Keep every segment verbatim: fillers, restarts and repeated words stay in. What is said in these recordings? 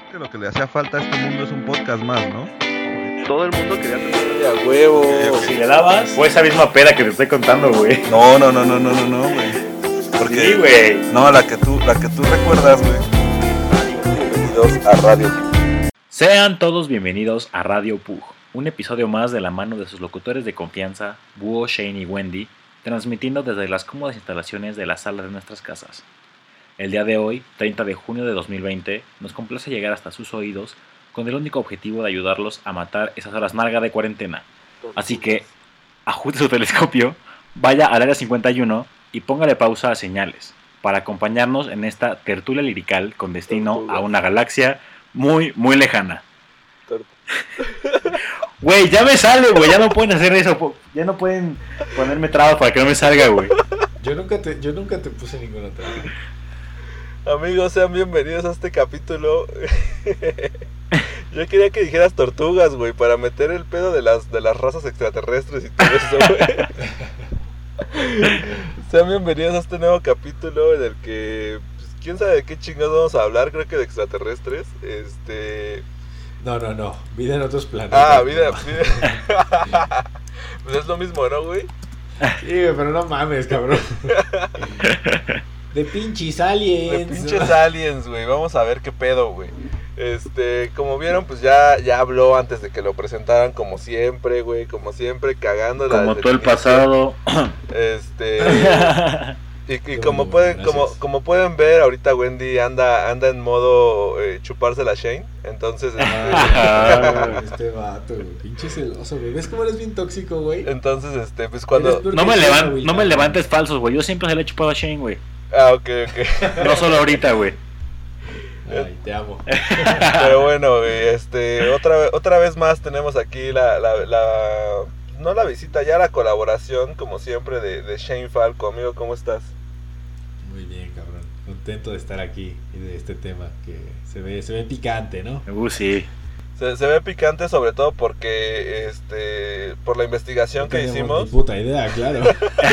que lo que le hacía falta a este mundo es un podcast más, ¿no? Todo el mundo quería tener de a huevo. Si le dabas, fue esa misma peda que te estoy contando, güey. No, no, no, no, no, no, no, güey. Porque, sí, güey. No, la que tú, la que tú recuerdas, güey. Bienvenidos a Radio Pug. Sean todos bienvenidos a Radio Pug, un episodio más de la mano de sus locutores de confianza, Búho, Shane y Wendy, transmitiendo desde las cómodas instalaciones de la sala de nuestras casas. El día de hoy, treinta de junio de dos mil veinte, nos complace llegar hasta sus oídos con el único objetivo de ayudarlos a matar esas horas largas de cuarentena. Así que, ajuste su telescopio, vaya al área cincuenta y uno y póngale pausa a señales, para acompañarnos en esta tertulia lirical con destino a una galaxia muy, muy lejana. Güey, ya me sale, güey, ya no pueden hacer eso, ya no pueden ponerme trabas para que no me salga, güey. Yo nunca te, yo nunca te puse ninguna traba. Amigos, sean bienvenidos a este capítulo. Yo quería que dijeras tortugas, güey, para meter el pedo de las de las razas extraterrestres y todo eso, güey. Sean bienvenidos a este nuevo capítulo en el que, pues, quién sabe de qué chingados vamos a hablar, creo que de extraterrestres. Este... No, no, no, vida en otros planetas. Ah, vida, vida. Pues es lo mismo, ¿no, güey? Sí, güey, pero no mames, cabrón. De pinches aliens. De pinches aliens, güey. Vamos a ver qué pedo, güey. Este, como vieron, pues ya, ya habló antes de que lo presentaran, como siempre, güey. Como siempre, cagando la. Como todo el pasado. Este. Y, y como pueden, como, como pueden ver, ahorita Wendy anda, anda en modo eh, chuparse la Shane. Entonces, este, ah, este vato, güey, pinche celoso, güey. ¿Ves cómo eres bien tóxico, güey? Entonces, este, pues cuando. No me, levan, no me levantes falsos, güey. Yo siempre se le he chupado a Shane, güey. Ah, ok, ok. No solo ahorita, güey. Ay, te amo. Pero bueno, güey, este, otra, otra vez más tenemos aquí la, la, la, no la visita, ya la colaboración, como siempre, de, de Shane Falco. Amigo, ¿cómo estás? Muy bien, cabrón. Contento de estar aquí y de este tema que se ve, se ve picante, ¿no? Uh, sí. Se, se ve picante sobre todo porque, este, por la investigación no que hicimos. Ni puta idea, claro.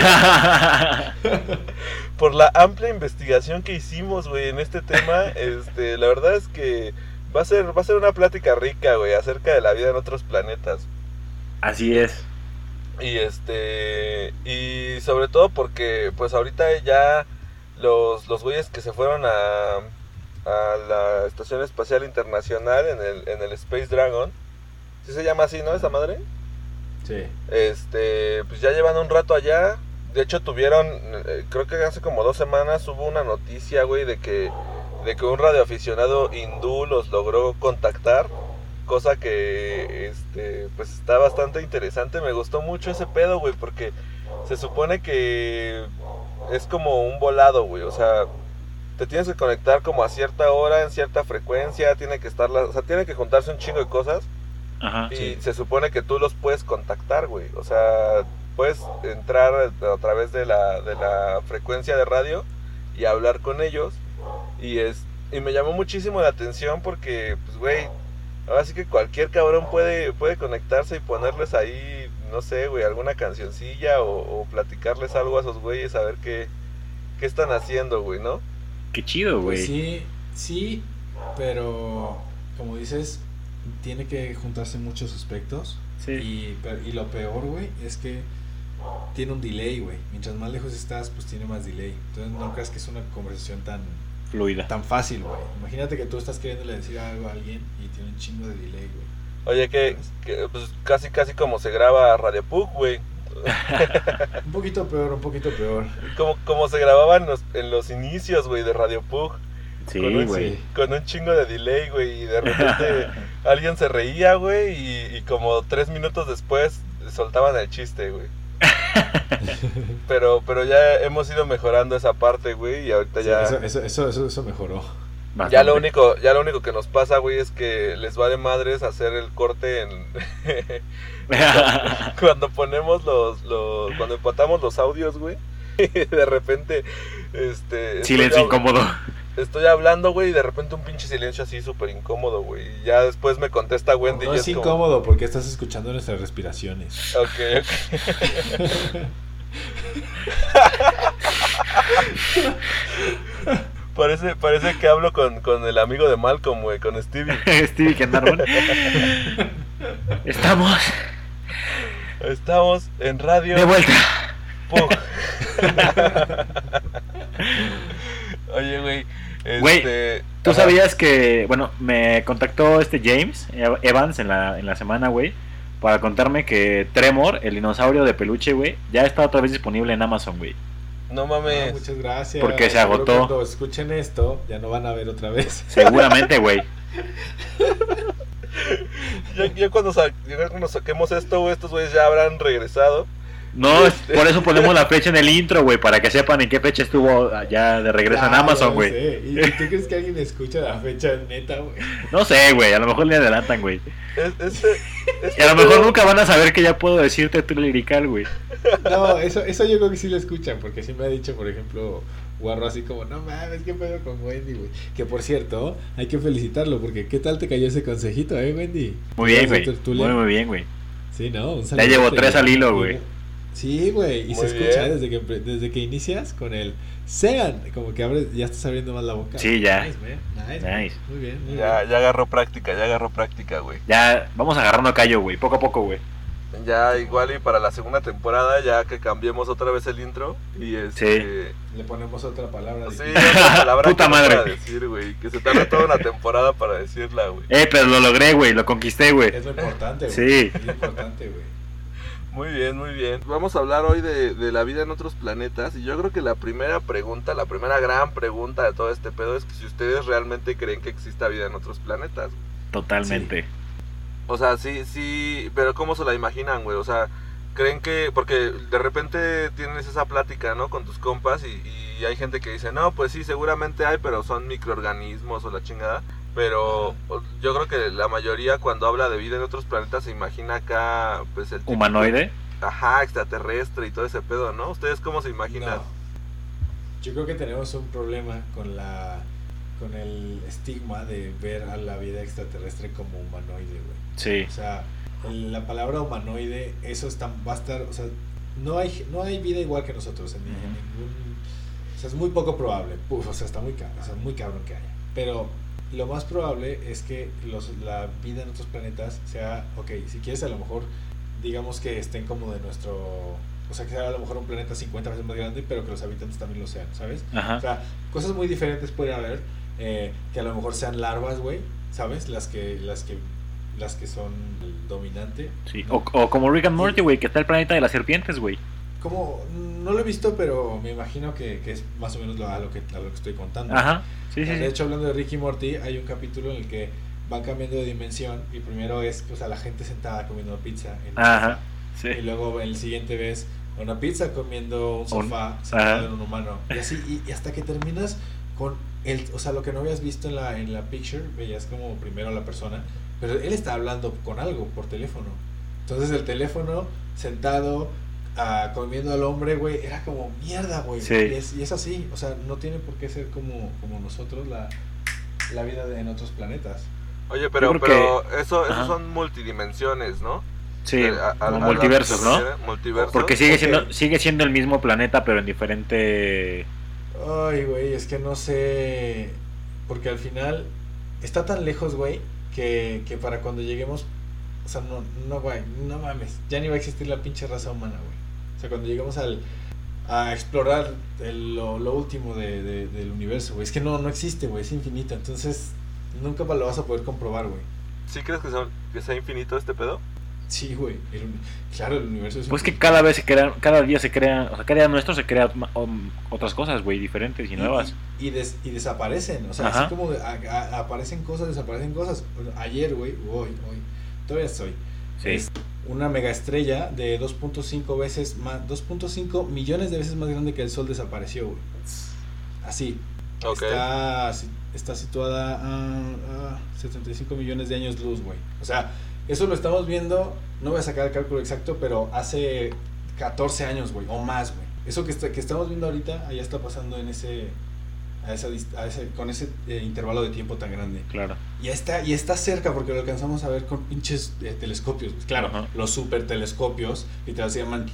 Por la amplia investigación que hicimos, güey, en este tema, este, la verdad es que va a ser, va a ser una plática rica, güey, acerca de la vida en otros planetas. Así es. Y este, y sobre todo porque, pues ahorita ya los, los güeyes que se fueron a, a la Estación Espacial Internacional en el, en el Space Dragon, ¿sí se llama así, no, esa madre? Sí. Este, pues ya llevan un rato allá. De hecho tuvieron, eh, creo que hace como dos semanas hubo una noticia, güey, de que, de que un radioaficionado hindú los logró contactar. Cosa que, este, pues está bastante interesante. Me gustó mucho ese pedo, güey, porque se supone que es como un volado, güey. O sea, te tienes que conectar como a cierta hora, en cierta frecuencia. Tiene que estar, la, o sea, tiene que juntarse un chingo de cosas. Ajá, y sí. Se supone que tú los puedes contactar, güey. O sea, puedes entrar a través de la, de la frecuencia de radio y hablar con ellos. Y es y me llamó muchísimo la atención porque, pues, güey, ahora sí que cualquier cabrón puede, puede conectarse y ponerles ahí, no sé, güey, alguna cancioncilla o, o platicarles algo a esos güeyes, a ver qué, qué están haciendo, güey, ¿no? Qué chido, güey. Pues sí, sí, pero como dices, tiene que juntarse muchos aspectos. Sí. Y, y lo peor, güey, es que tiene un delay, güey. Mientras más lejos estás, pues tiene más delay. Entonces no creas que es una conversación tan fluida, tan fácil, güey. Imagínate que tú estás queriéndole decir algo a alguien y tiene un chingo de delay, güey. Oye, que, que pues casi casi como se graba Radio Pug, güey. Un poquito peor, un poquito peor. Como, como se grababan los, en los inicios, güey, de Radio Pug. Sí, güey. Con, con un chingo de delay, güey, y de repente alguien se reía, güey, y, y como tres minutos después soltaban el chiste, güey. Pero pero ya hemos ido mejorando esa parte, güey, y ahorita sí, ya eso, eso, eso, eso, eso mejoró. Bastante. Ya lo único, ya lo único que nos pasa, güey, es que les va de madres hacer el corte en cuando ponemos los, los cuando empatamos los audios, güey. Y de repente este silencio estoy, incómodo. Estoy hablando, güey, y de repente un pinche silencio así súper incómodo, güey. Y ya después me contesta Wendy. No, y es, es incómodo como... porque estás escuchando nuestras respiraciones. Ok, ok. Parece, parece que hablo con, con el amigo de Malcolm, güey, con Stevie. Stevie Kendarman. Estamos Estamos en radio. de vuelta. Pug. Oye, güey. Güey, Este, ¿tú ajá. sabías que, bueno, me contactó este James Evans en la, en la semana, güey, para contarme que Tremor, el dinosaurio de peluche, güey, ya está otra vez disponible en Amazon, güey? No Ah, mames. muchas gracias. Porque se Seguro agotó. Cuando escuchen esto, ya no van a ver otra vez. Seguramente, güey. Ya, ya cuando, sa- ya cuando saquemos esto, güey, estos güeyes ya habrán regresado. No, es- Este. por eso ponemos la fecha en el intro, güey, para que sepan en qué fecha estuvo ya de regreso en Ya, Amazon, ya güey. sé. ¿Y y tú crees que alguien escucha la fecha neta, güey? No sé, güey, a lo mejor le adelantan, güey. Es- Este, este Y a lo mejor pedo- nunca van a saber que ya puedo decirte tu lirical, güey. No, eso, eso yo creo que sí lo escuchan, porque sí me ha dicho, por ejemplo, Guarro así como, no mames, ¿qué pedo con Wendy, güey? Que por cierto, hay que felicitarlo, porque ¿qué tal te cayó ese consejito, eh, Wendy? Muy bien, ¿Vas a güey. tertulia? Muy, muy bien, güey. Sí, ¿no? Un Ya saludote, llevo tres güey. al hilo, güey. Sí, güey, y Muy se escucha bien. ¿eh? desde que desde que inicias con el Sean, como que abres, ya estás abriendo más la boca. Sí, ya. Nice, man. Nice. Nice. Muy bien, muy Ya, bien. ya agarró práctica, ya agarró práctica, güey. Ya vamos agarrando callo, güey, poco a poco, güey. Ya igual y para la segunda temporada, ya que cambiemos otra vez el intro. Y este. Le ponemos otra palabra. Sí, difícil. otra palabra Puta que no madre. para decir, güey. Que se tarda toda una temporada para decirla, güey. Eh, pero lo logré, güey, lo conquisté, güey. Es lo importante, güey. Sí. Es lo importante, güey. Muy bien, muy bien. Vamos a hablar hoy de, de la vida en otros planetas. Y yo creo que la primera pregunta, la primera gran pregunta de todo este pedo es que si ustedes realmente creen que exista vida en otros planetas. Totalmente. O sea, sí, sí, pero ¿cómo se la imaginan, güey? O sea, creen que, porque de repente tienes esa plática, ¿no? Con tus compas y, y hay gente que dice, no, pues sí, seguramente hay, pero son microorganismos o la chingada. Pero o- yo creo que la mayoría cuando habla de vida en otros planetas se imagina acá, pues el típico- Humanoide. Ajá, extraterrestre y todo ese pedo, ¿no? ¿Ustedes cómo se imaginan? No. Yo creo que tenemos un problema con la con el estigma de ver a la vida extraterrestre como humanoide, güey. Sí. O sea, el- la palabra humanoide, eso está, va a estar, o sea, no hay, no hay vida igual que nosotros en, ni- en Ujú. ningún, o sea, es muy poco probable, Uf, o sea, está muy cabrón, o sea, muy cabrón que haya. Pero lo más probable es que los, la vida en otros planetas sea, ok, si quieres a lo mejor, digamos que estén como de nuestro, o sea, que sea a lo mejor un planeta cincuenta veces más grande, pero que los habitantes también lo sean, ¿sabes? O Ajá. sea, cosas muy diferentes puede haber, eh, que a lo mejor sean larvas, güey, ¿sabes? Las que, las que, las que son el dominante. Sí. ¿no? O, o como Rick and Morty, güey, que está el planeta de las serpientes, güey. Como, no lo he visto, pero me imagino que, que es más o menos lo, a, lo que, a lo que estoy contando. Ajá. Sí, sí, De sí. hecho, hablando de Rick y Morty, hay un capítulo en el que van cambiando de dimensión y primero es pues a la gente sentada comiendo pizza en un Ajá. sofá. Y Sí. luego en el siguiente ves una pizza comiendo un sofá Un- sentado ajá. en un humano. Y así, y, y hasta que terminas con el, o sea, lo que no habías visto en la, en la picture, veías como primero a la persona, pero él está hablando con algo por teléfono. Entonces el teléfono sentado ah, comiendo al hombre, güey, era como mierda, güey. Sí. Y, es, y es así, o sea, no tiene por qué ser como, como nosotros la, la vida de, en otros planetas. Oye, pero, Yo creo pero eso, Ajá. esos son multidimensiones, ¿no? Sí, Eh, a- a- como a la multiversos, que ¿no? se refiere, Multiversos. Porque sigue Ok. siendo, sigue siendo el mismo planeta, pero en diferente... Ay, güey, es que no sé. Porque al final está tan lejos, güey, que, que para cuando lleguemos. O sea, no, no, güey, no mames. Ya ni va a existir la pinche raza humana, güey. O sea, cuando lleguemos al, a explorar el- lo, lo último de, de- del universo, güey. Es que no, no existe, güey, es infinito. Entonces, nunca lo vas a poder comprobar, güey. ¿Sí crees que, son, que sea infinito este pedo? Sí, güey. el uni- Claro, el universo es Pues que infinito. cada vez se crean, cada día se crean, o sea, cada día nuestro se crean um, otras cosas, güey, diferentes y nuevas. Y, y des- y desaparecen, o sea, Ajá. así como de- a- a- aparecen cosas, desaparecen cosas. Bueno, ayer, güey, hoy, hoy, todavía estoy. Sí. Es una megaestrella de dos punto cinco veces más, dos punto cinco millones de veces más grande que el Sol desapareció, güey. Así. Ok. Está, si- está situada a, a setenta y cinco millones de años luz, güey. O sea, eso lo estamos viendo, no voy a sacar el cálculo exacto, pero hace catorce años, güey, o más, güey. Eso que, está, que estamos viendo ahorita, allá está pasando en ese, a esa, dist- a ese con ese eh, intervalo de tiempo tan grande. Claro. Y está, y está cerca porque lo alcanzamos a ver con pinches eh, telescopios. Claro, Ajá. los super telescopios, literal se llaman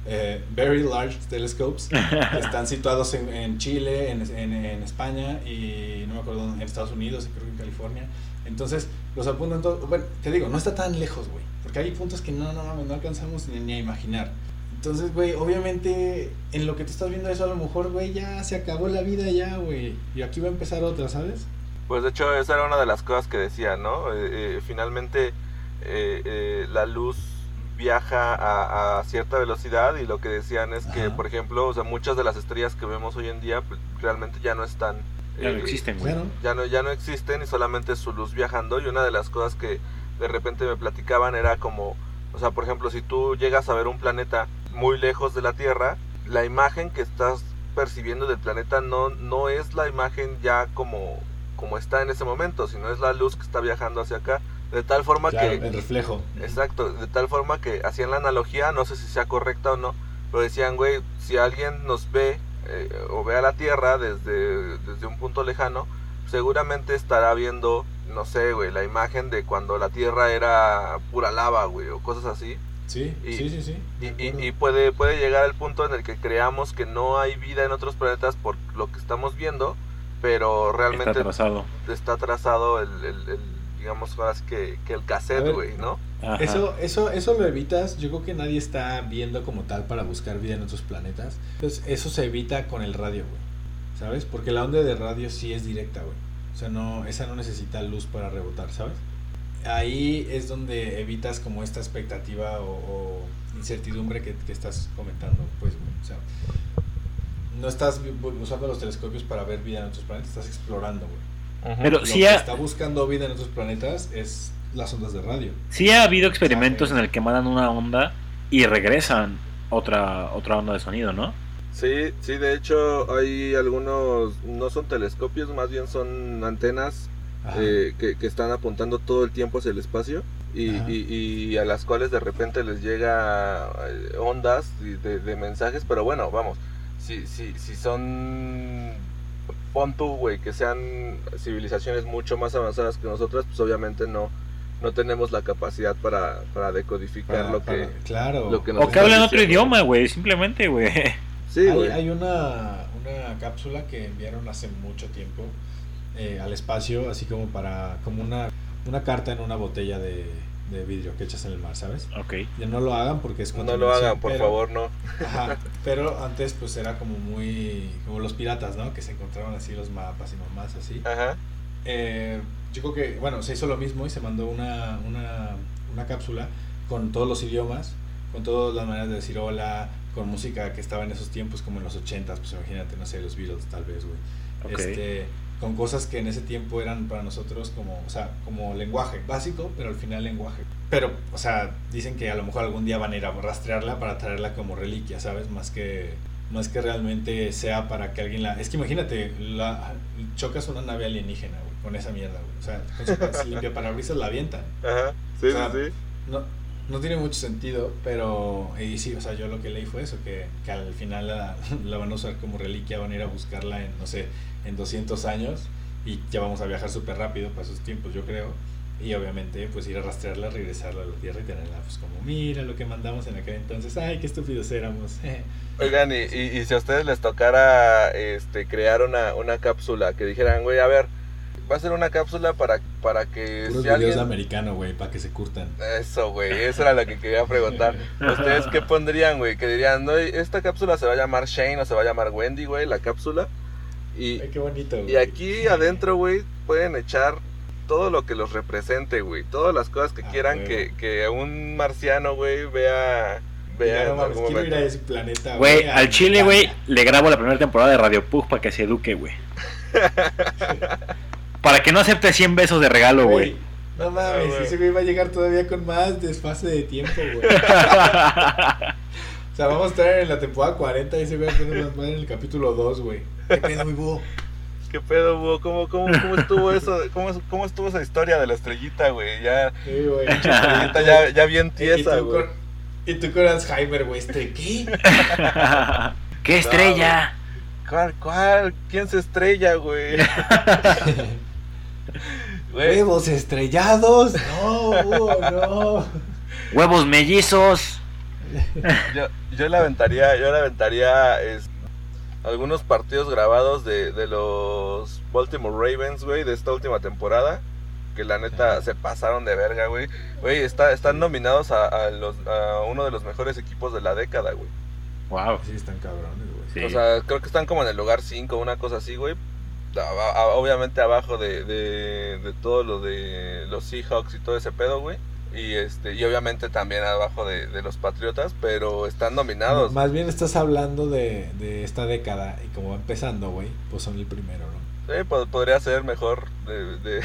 eh, Very Large Telescopes, que están situados en, en Chile, en, en, en España y no me acuerdo, en Estados Unidos, creo que en California. Entonces, los apuntan todos. Bueno, te digo, no está tan lejos, güey, porque hay puntos que no, no, no, no alcanzamos ni, ni a imaginar. Entonces, güey, obviamente, en lo que te estás viendo eso, a lo mejor, güey, ya se acabó la vida ya, güey, y aquí va a empezar otra, ¿sabes? Pues de hecho, esa era una de las cosas que decía, ¿no? Eh, eh, finalmente, eh, eh, la luz viaja a, a cierta velocidad y lo que decían es que, Ajá. por ejemplo, o sea, muchas de las estrellas que vemos hoy en día pues, realmente ya no están... Ya no eh, existen, güey. Claro. ya no, ya no existen y solamente es su luz viajando. Y una de las cosas que de repente me platicaban era como, o sea, por ejemplo, si tú llegas a ver un planeta muy lejos de la Tierra, la imagen que estás percibiendo del planeta no, no es la imagen ya como, como está en ese momento, sino es la luz que está viajando hacia acá. De tal forma Claro, que... el reflejo. Exacto, de tal forma que hacían la analogía, no sé si sea correcta o no, pero decían, güey, si alguien nos ve eh, o ve a la Tierra desde, desde un punto lejano, seguramente estará viendo, no sé, güey, la imagen de cuando la Tierra era pura lava, güey, o cosas así. Sí, Y- sí, sí, sí. Y, de y, acuerdo. y puede, puede llegar al punto en el que creamos que no hay vida en otros planetas por lo que estamos viendo, pero realmente Está atrasado. está trazado el, el, el, digamos, ahora sí que, que el A cassette, ver. güey, ¿no? Ajá. Eso, eso, eso lo evitas. Yo creo que nadie está viendo como tal para buscar vida en otros planetas. Entonces, eso se evita con el radio, güey. ¿Sabes? Porque la onda de radio sí es directa, güey. O sea, no, esa no necesita luz para rebotar, ¿sabes? Ahí es donde evitas como esta expectativa o, o incertidumbre que, que estás comentando, pues, güey. O sea, no estás vi- usando los telescopios para ver vida en otros planetas, estás explorando, güey. Pero Lo sí que ha, está buscando vida en otros planetas es las ondas de radio. sí ha habido experimentos en el que mandan una onda y regresan otra otra onda de sonido, ¿no? Sí, sí, de hecho hay algunos, no son telescopios, más bien son antenas Ajá. eh, que, que están apuntando todo el tiempo hacia el espacio y, Ajá. y, y a las cuales de repente les llega eh, ondas y de, de mensajes, pero bueno, vamos, si, si, si son, pon tú, güey, que sean civilizaciones mucho más avanzadas que nosotras, pues obviamente no, no tenemos la capacidad para, para decodificar Para- lo que... para- claro. lo que nos O que están hablen otro diciendo. idioma, güey, simplemente, güey. Sí, hay, güey. hay una, una cápsula que enviaron hace mucho tiempo eh, al espacio, así como para como una, una carta en una botella de, de vidrio que echas en el mar, ¿sabes? Ok. Ya no lo hagan porque es No lo contaminación, hagan, por pero- favor, no. Ajá, pero antes pues era como muy como los piratas, ¿no? Que se encontraban así los mapas y mamás así. Ajá. Eh, yo creo que, bueno, se hizo lo mismo y se mandó una, una, una cápsula con todos los idiomas, con todas las maneras de decir hola, con música que estaba en esos tiempos como en los ochentas, pues imagínate, no sé, los Beatles tal vez, güey. Ok. Este, con cosas que en ese tiempo eran para nosotros como, o sea, como lenguaje básico, pero al final lenguaje. Pero, o sea, dicen que a lo mejor algún día van a ir a rastrearla para traerla como reliquia, ¿sabes? Más que más que realmente sea para que alguien la... Es que imagínate, la, chocas una nave alienígena, güey, con esa mierda, güey. O sea, con su limpia parabrisas la avientan. Ajá. Sí, O sea, sí, sí. No, no tiene mucho sentido, pero... Y sí, o sea, yo lo que leí fue eso, que, que al final la, la van a usar como reliquia, van a ir a buscarla en, no sé, en doscientos años y ya vamos a viajar súper rápido para esos tiempos, yo creo. Y obviamente, pues ir a rastrearla, regresarla a la Tierra y tenerla, pues como, mira lo que mandamos en aquel entonces, ay, qué estúpidos éramos. Oigan, y, y, y si a ustedes les tocara este, crear una, una cápsula, que dijeran, güey, a ver, va a ser una cápsula para, para que Puros si videos alguien... de americano, güey, para que se curtan. Eso, güey, eso era lo que quería preguntar. ¿Ustedes qué pondrían, güey? Que dirían, no, esta cápsula se va a llamar Shane o se va a llamar Wendy, güey, la cápsula. Y, Ay, qué bonito, güey. y aquí adentro, güey, pueden echar todo lo que los represente, güey. Todas las cosas que Ah, quieran güey. que, que un marciano, güey, vea, Ya vea no en mames, algún quiero ir momento. a ese planeta, Güey, a- al Chile, güey, le grabo la primera temporada de Radio Pug para que se eduque, güey. Para que no acepte cien besos de regalo, güey. No mames, Ah, güey. ese güey va a llegar todavía con más desfase de tiempo, güey. O sea, vamos a estar en la temporada cuarenta y ese güey apenas va a estar en el capítulo dos, güey. ¿Qué pedo, mi búho? ¿Qué pedo, búho? ¿Cómo, cómo, cómo estuvo eso? ¿Cómo, ¿Cómo estuvo esa historia de la estrellita, güey? Ya, Sí, güey. la estrellita ya, ya bien Y tiesa, tú güey. con- Y tú con Alzheimer, güey. ¿Este qué? ¡Qué estrella! ¿Cuál, cuál? ¿Quién se estrella, güey? Güey, ¿Huevos estrellados? No, búho, no. ¡Huevos mellizos! Yo, yo le aventaría, yo le aventaría es, algunos partidos grabados de, de los Baltimore Ravens, güey, de esta última temporada. Que la neta Ajá. se pasaron de verga, güey. Güey, está, están sí. nominados a, a, los, a uno de los mejores equipos de la década, güey. Wow. Sí, están cabrones, güey. Sí. O sea, creo que están como en el lugar cinco, una cosa así, güey. A, a, obviamente abajo de, de, de todo lo de los Seahawks y todo ese pedo, güey. Y este y obviamente también abajo de, de los Patriotas, pero están nominados. Más bien estás hablando de, de esta década y como va empezando, güey, pues son el primero, ¿no? Sí, pod- podría ser mejor de, de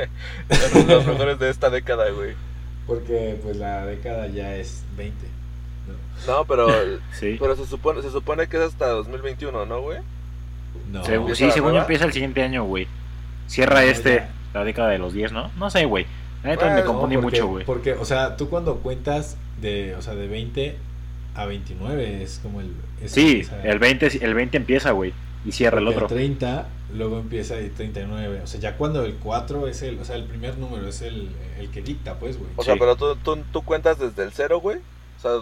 los mejores de esta década, güey. Porque pues la década ya es veinte, ¿no? No, pero sí. pero se supone se supone que es hasta dos mil veintiuno, ¿no, güey? No. Se, sí, según yo empieza el siguiente año, güey. Cierra no, este ya. La década de los diez, ¿no? No sé, güey. La neta bueno, me confundí no, porque, mucho, güey. Porque, o sea, tú cuando cuentas de, o sea, de veinte a veintinueve es como el... Es, sí, o sea, el veinte, el veinte empieza, güey. Y cierra el otro. El treinta, luego empieza el treinta y nueve. O sea, ya cuando el cuatro es el... O sea, el primer número es el, el que dicta, pues, güey. O sí. sea, pero tú, tú, tú cuentas desde el cero, güey. O sea,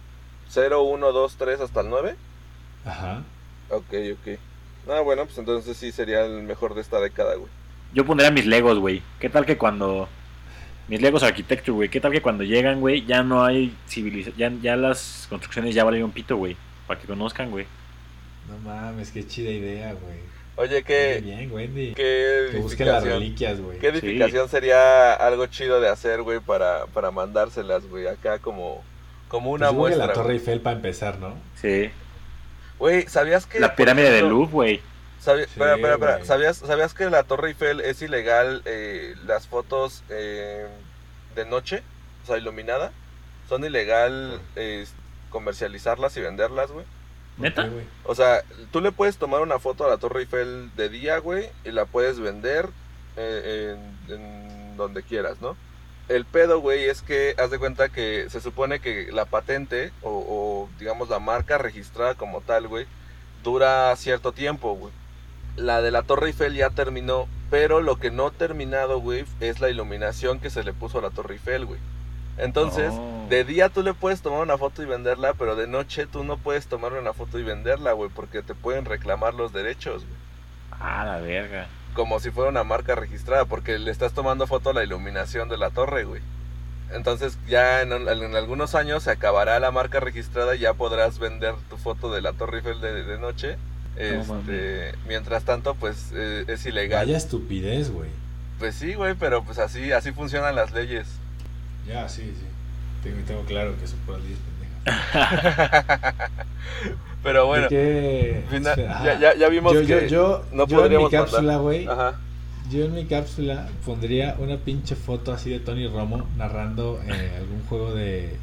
cero, uno, dos, tres hasta el nueve. Ajá. Ok, ok. Ah, bueno, pues entonces sí sería el mejor de esta década, güey. Yo pondría mis Legos, güey. ¿Qué tal que cuando... Mis Legos Architecture, güey. ¿Qué tal que cuando llegan, güey, ya no hay civilización? Ya, ya las construcciones ya valen un pito, güey. Para que conozcan, güey. No mames, qué chida idea, güey. Oye, ¿qué... Muy bien, Wendy. ¿Qué que busquen las reliquias, güey. ¿Qué edificación sí. sería algo chido de hacer, güey, para, para mandárselas, güey? Acá como, como una pues muestra. La Torre güey. Eiffel para empezar, ¿no? Sí. Güey, ¿sabías que... La pirámide de Louvre, güey. Sabí- sí, espera, espera, espera. ¿Sabías, ¿Sabías que la Torre Eiffel es ilegal eh, las fotos eh, de noche? O sea, iluminada. Son ilegal eh, comercializarlas y venderlas, güey. ¿Neta? Okay, o sea, tú le puedes tomar una foto a la Torre Eiffel de día, güey, y la puedes vender eh, en, en donde quieras, ¿no? El pedo, güey, es que haz de cuenta que se supone que la patente o, o digamos la marca registrada como tal, güey, dura cierto tiempo, güey. La de la Torre Eiffel ya terminó, pero lo que no ha terminado, güey, es la iluminación que se le puso a la Torre Eiffel, güey. Entonces, oh. de día tú le puedes tomar una foto y venderla, pero de noche tú no puedes tomar una foto y venderla, güey, porque te pueden reclamar los derechos, güey. Ah, la verga. Como si fuera una marca registrada, porque le estás tomando foto a la iluminación de la torre, güey. Entonces ya en, en algunos años se acabará la marca registrada y ya podrás vender tu foto de la Torre Eiffel de, de noche. Este, mientras tanto, pues eh, es ilegal. Vaya estupidez, güey. Pues sí, güey, pero pues así así funcionan las leyes. Ya, sí, sí. Tengo, tengo claro que son puras leyes pendejas. Pero bueno, que... final, ya, ya, ya vimos yo, que yo, yo, no yo podríamos en mi cápsula, güey. Ajá. Yo en mi cápsula pondría una pinche foto así de Tony Romo narrando eh, algún juego de,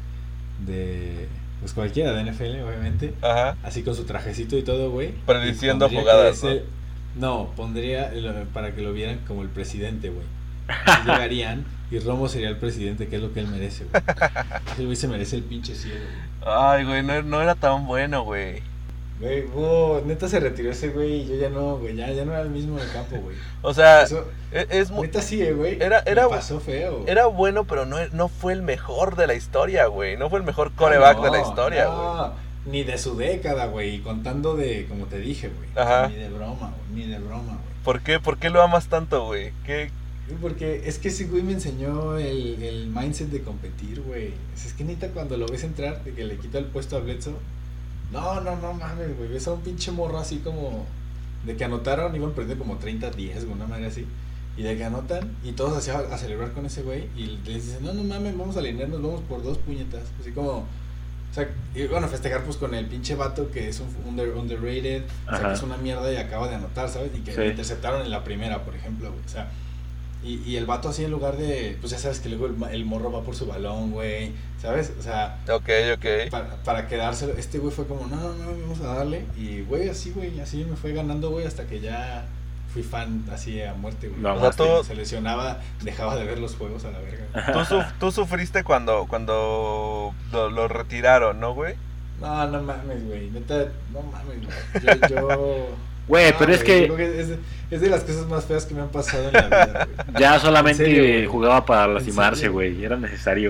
de, pues cualquiera de N F L, obviamente. Ajá. Así con su trajecito y todo, güey. Prediciendo jugadas, ese, ¿no? No, pondría para que lo vieran como el presidente, güey. Así llegarían y Romo sería el presidente, que es lo que él merece, güey. Ese güey se merece el pinche cielo, güey. Ay, güey, no, no era tan bueno, güey. Güey, wow, neta se retiró ese güey y yo ya no, güey, ya, ya no era el mismo en el campo, güey. O sea, Eso, es, es muy... Neta sí, güey, era, era, me pasó feo. Era bueno, pero no, no fue el mejor de la historia, güey. No fue el mejor coreback no, de la historia, güey. No, ni de su década, güey, y contando de, como te dije, güey. Ajá. Ni de broma, güey, ni de broma, güey. ¿Por qué? ¿Por qué lo amas tanto, güey? ¿Qué...? Porque es que ese güey me enseñó el, el mindset de competir, güey. Es que neta cuando lo ves entrar, de que le quita el puesto a Bledsoe. No, no, no mames, güey. Ves a un pinche morro así como... De que anotaron, iban perdiendo como treinta a diez, güey, una madre así. Y de que anotan, y todos así a, a celebrar con ese güey. Y les dicen, no, no mames, vamos a alinearnos, vamos por dos puñetas. Así como... O sea, y bueno, festejar pues con el pinche vato que es un under, underrated. Ajá. O sea, que es una mierda y acaba de anotar, ¿sabes? Y que sí. interceptaron en la primera, por ejemplo, güey. O sea... Y, y el vato así en lugar de, pues ya sabes que luego el, el morro va por su balón, güey, ¿sabes? O sea, ok, ok. Para, para quedárselo, este güey fue como, no, no, no, vamos a darle. Y güey, así, güey, así me fue ganando, güey, hasta que ya fui fan así a muerte, güey. No, o sea, tú... Se lesionaba, dejaba de ver los juegos a la verga. Tú, su, tú sufriste cuando, cuando lo, lo retiraron, ¿no, güey? No, no mames, güey, neta, no mames, güey. Yo, yo... Güey, no, pero es que... que es, de, es de las cosas más feas que me han pasado en la vida, güey. Ya solamente serio, jugaba para lastimarse, güey. Era necesario.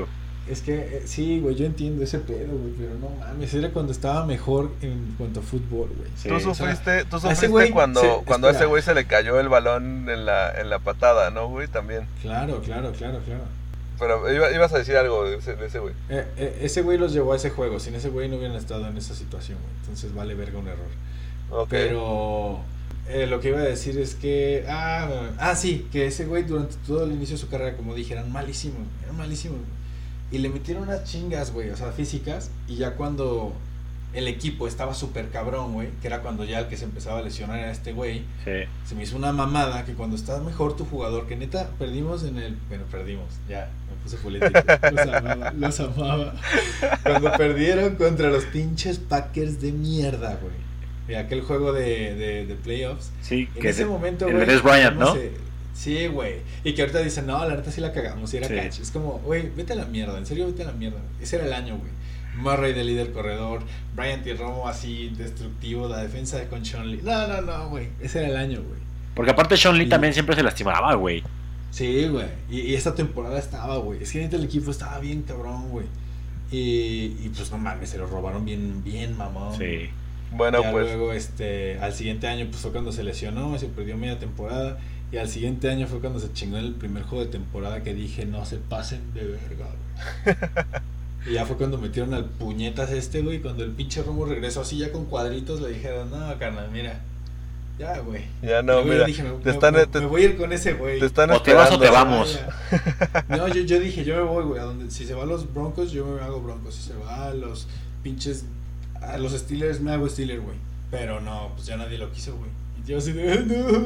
Es que, eh, sí, güey, yo entiendo ese pedo, güey, pero no mames, era cuando estaba mejor en cuanto a fútbol, güey. Sí. Tú sufriste, o sea, tú sufriste güey, cuando, se, cuando a espera. ese güey se le cayó el balón en la, en la patada, ¿no, güey? También. Claro, claro, claro, claro. Pero iba, ibas a decir algo de ese, de ese güey. Eh, eh, ese güey los llevó a ese juego, sin ese güey no hubieran estado en esa situación, güey. Entonces vale verga un error. Ok. Pero eh, lo que iba a decir es que, ah, ah, sí, que ese güey durante todo el inicio de su carrera, como dije, eran malísimos, eran malísimos, güey. Y le metieron unas chingas, güey, o sea, físicas. Y ya cuando el equipo estaba súper cabrón, güey, que era cuando ya el que se empezaba a lesionar era este güey. Sí. Se me hizo una mamada que cuando estás mejor tu jugador, que neta, perdimos en el... Bueno, perdimos, ya, me puse político. Los amaba, los amaba. Cuando perdieron contra los pinches Packers de mierda, güey. Y aquel juego de, de, de playoffs. Sí, En que ese de- momento, el güey. Dez Bryant, no ¿no? sé, sí, güey. Y que ahorita dicen, no, la neta sí la cagamos, y era Sí. catch. Es como, güey, vete a la mierda, en serio, vete a la mierda. Ese era el año, güey. Murray de líder corredor, Bryant y Romo así destructivo, la defensa de con Sean Lee. No, no, no, güey. Ese era el año, güey. Porque aparte Sean Lee Y- también siempre se lastimaba, güey. Sí, güey. Y, y esta temporada estaba, güey. Es que neta el equipo estaba bien cabrón, güey. Y, y pues no mames, se lo robaron bien, bien, mamón. Sí. Bueno, Ya pues. luego, este, al siguiente año, pues fue cuando se lesionó, se perdió media temporada. Y al siguiente año fue cuando se chingó el primer juego de temporada que dije, no se pasen de verga, güey. Y ya fue cuando metieron al puñetas este, güey. Cuando el pinche Romo regresó así ya con cuadritos, le dijeron, no, carnal, mira. Ya, güey. Ya no, Y luego mira. yo dije, me, te me- están, me- te, me voy a ir con ese, güey. te están O te vas o esperando. te vamos. No, yo, yo dije, yo me voy, güey. A donde, si se va a los Broncos, yo me hago Broncos. Si se va a los pinches. A los Steelers, me hago Steelers, güey. Pero no, pues ya nadie lo quiso, güey. Y yo así de, no.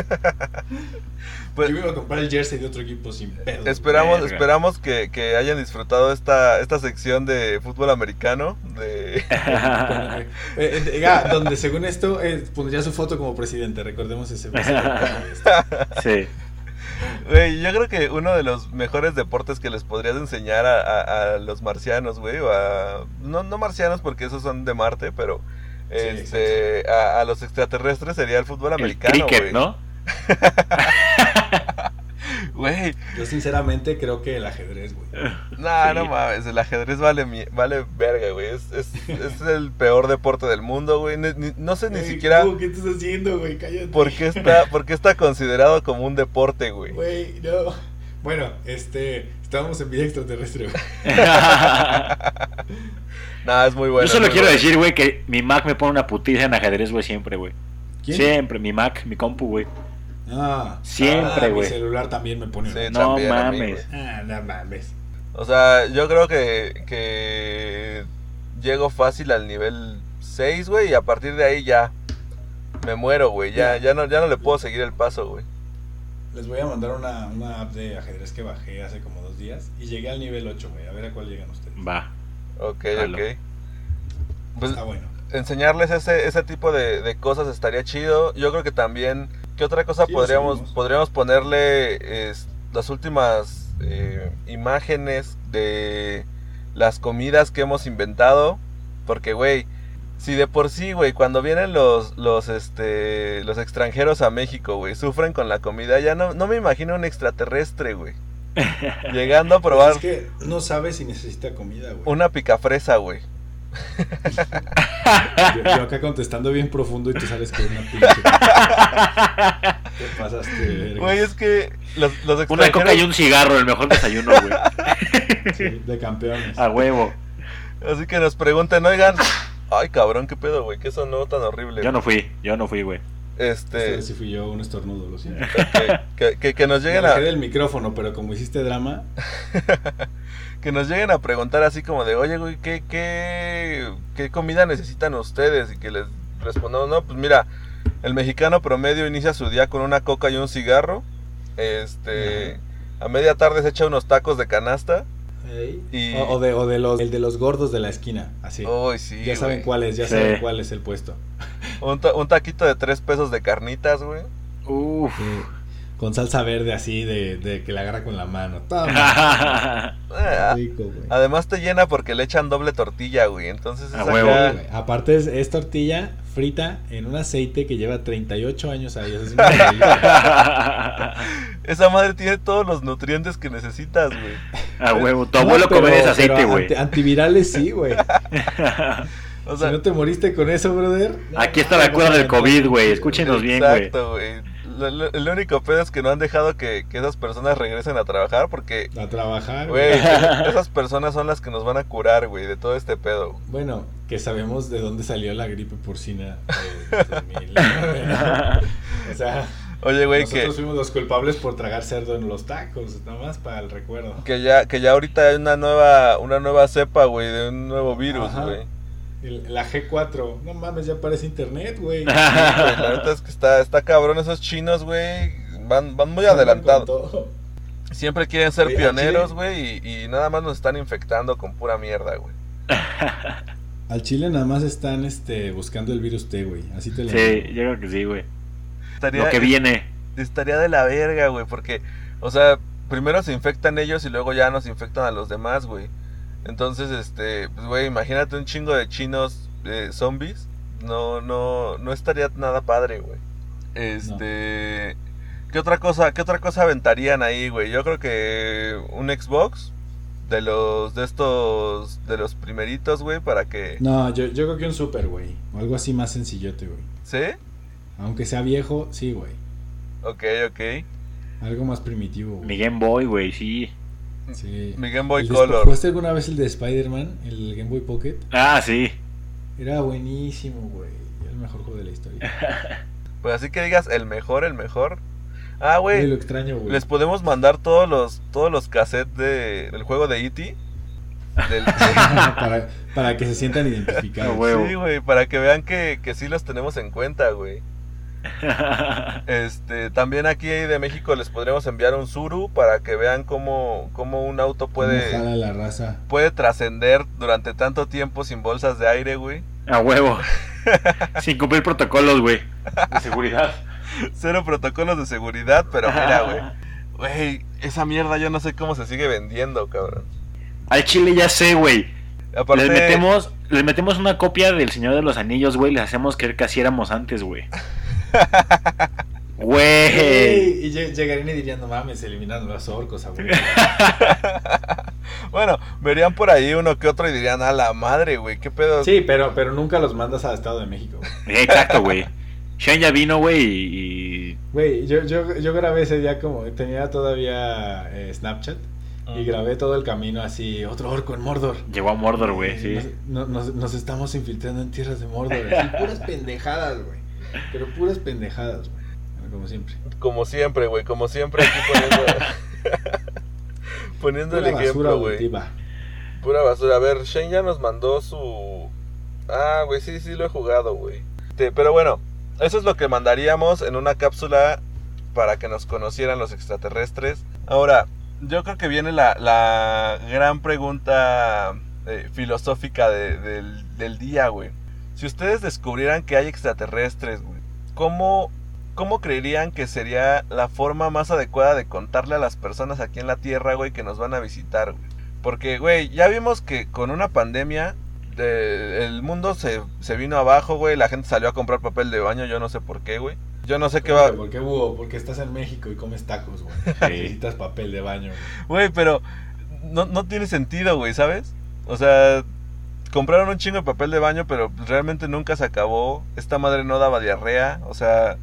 Pues, yo me iba a comprar el jersey de otro equipo sin pedo. esperamos Verga. esperamos que, que hayan disfrutado esta, esta sección de fútbol americano. De... eh, eh, ya, donde según esto eh, pondría su foto como presidente. Recordemos ese. ese Sí. Güey, yo creo que uno de los mejores deportes que les podrías enseñar a, a, a los marcianos, güey, o a... No, no marcianos porque esos son de Marte, pero... Sí, este a, a los extraterrestres sería el fútbol El americano, cricket, güey. ¿no? Güey, Yo sinceramente creo que el ajedrez, güey. no, Sí. no mames, el ajedrez vale mi- vale verga, güey. Es, es, es el peor deporte del mundo, güey. Ni- ni- no sé ni Güey, siquiera ¿cómo? ¿Qué estás haciendo, güey? Cállate. por qué está, por qué está considerado como un deporte, güey. Güey, no. Bueno, este, estábamos en vida extraterrestre, güey. Nah, es muy bueno. Yo solo es muy quiero bueno. decir, güey, que mi Mac me pone una putiza en ajedrez, güey, siempre, güey. ¿Quién? Siempre, mi Mac, mi compu, güey. Ah, Siempre, ah, güey. Mi celular también me pone. Sí, No también a mí, mames. güey. Ah, no mames. O sea, yo creo que, que llego fácil al nivel seis, güey, y a partir de ahí ya me muero, güey. Ya, ya, no, ya no le puedo seguir el paso, güey. Les voy a mandar una, una app de ajedrez que bajé hace como dos días y llegué al nivel ocho, güey. A ver a cuál llegan ustedes. Va. Ok, Jalo. ok. Pues Está bueno. enseñarles ese, ese tipo de, de cosas estaría chido. Yo creo que también, ¿qué otra cosa Sí, lo podríamos, seguimos. podríamos ponerle es, las últimas eh, imágenes de las comidas que hemos inventado? Porque, güey, si de por sí, güey, cuando vienen los, los, este, los extranjeros a México, güey, sufren con la comida, ya no, no me imagino un extraterrestre, güey, llegando a probar Es que no sabes si necesita comida, güey. una picafresa, güey. Yo, yo acá contestando bien profundo y tú sales con una pinche. Te pasaste, de verga. Güey, es que los, los Una extranjeros... coca y un cigarro, el mejor desayuno, güey. Sí, de campeones. A huevo. Así que nos preguntan, oigan, ay cabrón, qué pedo, güey, qué sonó tan horrible. Yo no fui, yo no fui, güey. Esta Este, vez sí fui yo un estornudo, lo siento. que, que, que, que nos Me lleguen alejé a, del micrófono, pero como hiciste drama, que nos lleguen a preguntar así como de, oye, güey, ¿qué, qué, qué comida necesitan ustedes? Y que les respondamos, no, pues mira, el mexicano promedio inicia su día con una coca y un cigarro. Este, a media tarde se echa unos tacos de canasta. ¿eh? Y- o, o de, o de los, el de los gordos de la esquina, así. Uy, sí, ya saben güey. cuál es, ya Sí. saben cuál es el puesto. Un, ta- un taquito de tres pesos de carnitas, güey. Uf. Sí. con salsa verde así de, de que la agarra con la mano. Todo Ah, rico, güey. además te llena porque le echan doble tortilla, güey. Entonces A es huevo. acá- Sí, güey. Aparte es, es tortilla frita en un aceite que lleva treinta y ocho años ahí. Eso es una maravilla. esa madre tiene todos los nutrientes que necesitas, güey. A huevo. Tu No, abuelo pero- come ese aceite, pero güey. anti- antivirales sí, güey. O sea, Si no te moriste con eso, brother. Aquí está la cura del COVID, güey. Escúchenos bien, güey. exacto, güey. Lo- lo- El único pedo es que no han dejado que, que esas personas regresen a trabajar porque, A trabajar, güey, güey. esas esas personas son las que nos van a curar, güey, de todo este pedo. Bueno, que sabemos de dónde salió la gripe porcina de dos mil nueve, ¿no? O sea, Oye, güey, que, nosotros fuimos los culpables por tragar cerdo en los tacos, nada más para el recuerdo. que ya que ya ahorita hay una nueva una nueva cepa, güey, de un nuevo virus, Ajá. güey. El- la G cuatro, no mames, ya parece internet, güey. Sí, güey, la neta es que está, está cabrón esos chinos, güey. Van, van muy Con adelantados. todo. Siempre quieren ser Oye, a pioneros, Chile- güey, y, y nada más nos están infectando con pura mierda, güey. Al Chile nada más están este, buscando el virus T, güey. Así te lo Sí, digo. yo creo que sí, güey. Estaría, Lo que viene. estaría de la verga, güey, porque, o sea, primero se infectan ellos y luego ya nos infectan a los demás, güey. Entonces, este, pues, güey, imagínate un chingo de chinos eh, zombies. No, no, no estaría nada padre, güey. Este, ¿qué otra cosa, qué otra cosa aventarían ahí, güey? Yo creo que un Xbox de los, de estos, de los primeritos, güey, para que, No, yo, yo creo que un super, güey. O algo así más sencillote, güey. ¿sí? Aunque sea viejo, sí, güey. Ok, ok. Algo más primitivo, güey. Mi Game Boy, güey, sí. Sí. Mi Game Boy El de- Color. ¿Jugaste alguna vez el de Spider-Man? El Game Boy Pocket. Ah, sí. Era buenísimo, güey. El mejor juego de la historia. Pues así que digas, el mejor, el mejor. Ah, Güey, güey, lo extraño, güey. les podemos mandar todos los, todos los cassettes de, del juego de E T. Del, para, para que se sientan identificados. Ah, güey. sí, güey, para que vean que, que sí los tenemos en cuenta, güey. Este, también aquí de México les podríamos enviar un Zuru para que vean cómo, cómo un auto ¿Cómo puede, jala la raza? puede trascender durante tanto tiempo sin bolsas de aire, güey. A huevo. Sin cumplir protocolos, güey. De seguridad. Cero protocolos de seguridad, pero mira, güey. Güey, esa mierda yo no sé cómo se sigue vendiendo, cabrón. Al chile ya sé, güey. Aparte, Les metemos, les metemos una copia del Señor de los Anillos, güey. Les hacemos creer que así éramos antes, güey. Güey. Ey, y lle- llegarían y dirían, no mames, eliminando los orcos, güey. bueno, verían por ahí uno que otro y dirían, a la madre, güey, qué pedo. Sí, pero, pero nunca los mandas al Estado de México, güey. Exacto, güey. Sean ya vino, güey, y... Güey, yo, yo, yo grabé ese día como, tenía todavía eh, Snapchat. Y grabé todo el camino así, otro orco en Mordor. Llegó a Mordor, güey, sí. Nos, nos, nos estamos infiltrando en tierras de Mordor. Así, puras pendejadas, güey. Pero puras pendejadas, güey. Como siempre. Como siempre, güey, como siempre aquí poniendo... poniendo Pura el basura ejemplo, güey. auditiva. Pura basura. A ver, Shane ya nos mandó su... Ah, güey, sí, sí lo he jugado, güey. Te- Pero bueno, eso es lo que mandaríamos en una cápsula para que nos conocieran los extraterrestres. Ahora, yo creo que viene la, la gran pregunta eh, filosófica de- del, del día, güey. Si ustedes descubrieran que hay extraterrestres, güey, ¿cómo, ¿cómo creerían que sería la forma más adecuada de contarle a las personas aquí en la Tierra, güey, que nos van a visitar, güey? Porque, güey, ya vimos que con una pandemia de- el mundo se, se vino abajo, güey. La gente salió a comprar papel de baño, yo no sé por qué, güey. Yo no sé qué va... ¿Por qué, búho? Porque estás en México y comes tacos, güey. Necesitas papel de baño, güey. Güey, pero no, no tiene sentido, güey, ¿sabes? O sea, compraron un chingo de papel de baño, pero realmente nunca se acabó. Esta madre no daba diarrea, o sea...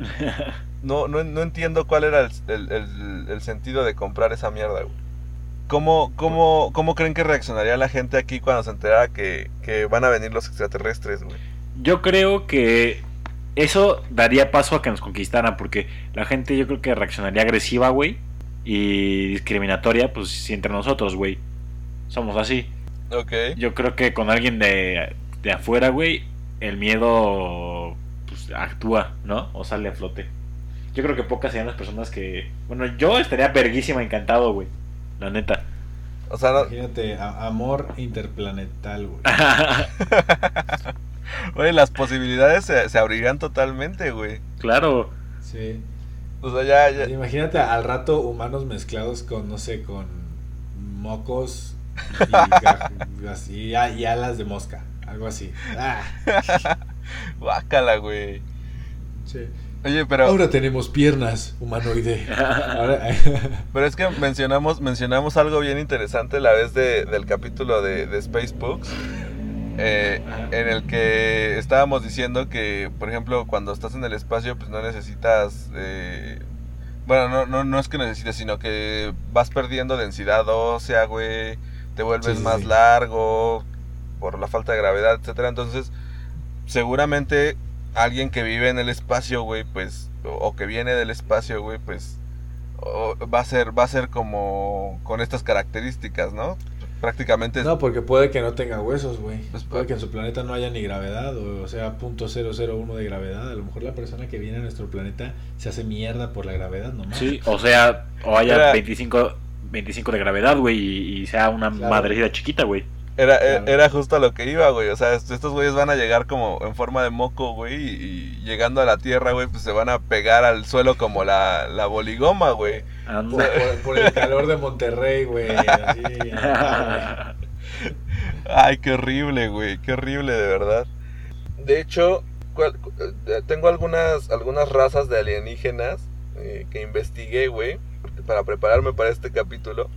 No, no, no entiendo cuál era el, el, el, el sentido de comprar esa mierda, güey. ¿Cómo, cómo, ¿Cómo creen que reaccionaría la gente aquí cuando se enterara que, que van a venir los extraterrestres, güey? Yo creo que eso daría paso a que nos conquistaran, porque la gente yo creo que reaccionaría agresiva, güey, y discriminatoria, pues si entre nosotros, güey, somos así. Ok. Yo creo que con alguien de, de afuera, güey, el miedo pues actúa, ¿no? O sale a flote. Yo creo que pocas serían las personas que... Bueno, yo estaría verguísima encantado, güey, la neta. O sea, no... Imagínate, a- amor interplanetal, güey. Güey, las posibilidades se, se abrirían totalmente, güey. Claro. Sí. O sea, ya, ya. Imagínate al rato humanos mezclados con, no sé, con mocos y, ga- así, y alas de mosca, algo así. Ah. Guácala, güey. Sí. Oye, pero... Ahora tenemos piernas, humanoide. Ahora... Pero es que mencionamos mencionamos algo bien interesante la vez de, del capítulo de, de Space Books, eh, en el que estábamos diciendo que, por ejemplo, cuando estás en el espacio, pues no necesitas... Eh, bueno, no, no, no es que necesites, sino que vas perdiendo densidad ósea, güey, te vuelves Sí, sí, más sí. largo por la falta de gravedad, etcétera. Entonces, seguramente... alguien que vive en el espacio, güey, pues, o, o que viene del espacio, güey, pues, o, va a ser, va a ser como con estas características, ¿no? Prácticamente. No, porque puede que no tenga huesos, güey. Pues, Puede que en su planeta no haya ni gravedad, o, o sea, punto cero cero uno de gravedad. A lo mejor la persona que viene a nuestro planeta se hace mierda por la gravedad nomás. Sí, o sea, o haya Era- veinticinco, veinticinco de gravedad, güey, y, y sea una Claro. madrecita chiquita, güey. Era, Claro. era justo a lo que iba, güey. O sea, est- estos güeyes van a llegar como en forma de moco, güey. Y, y llegando a la Tierra, güey, pues se van a pegar al suelo como la, la boligoma, güey. Por, Anda. por- por el calor de Monterrey, güey. Así, ah, Ay, qué horrible, güey. Qué horrible, de verdad. De hecho, cual- cu- eh, tengo algunas, algunas razas de alienígenas eh, que investigué, güey, porque- para prepararme para este capítulo.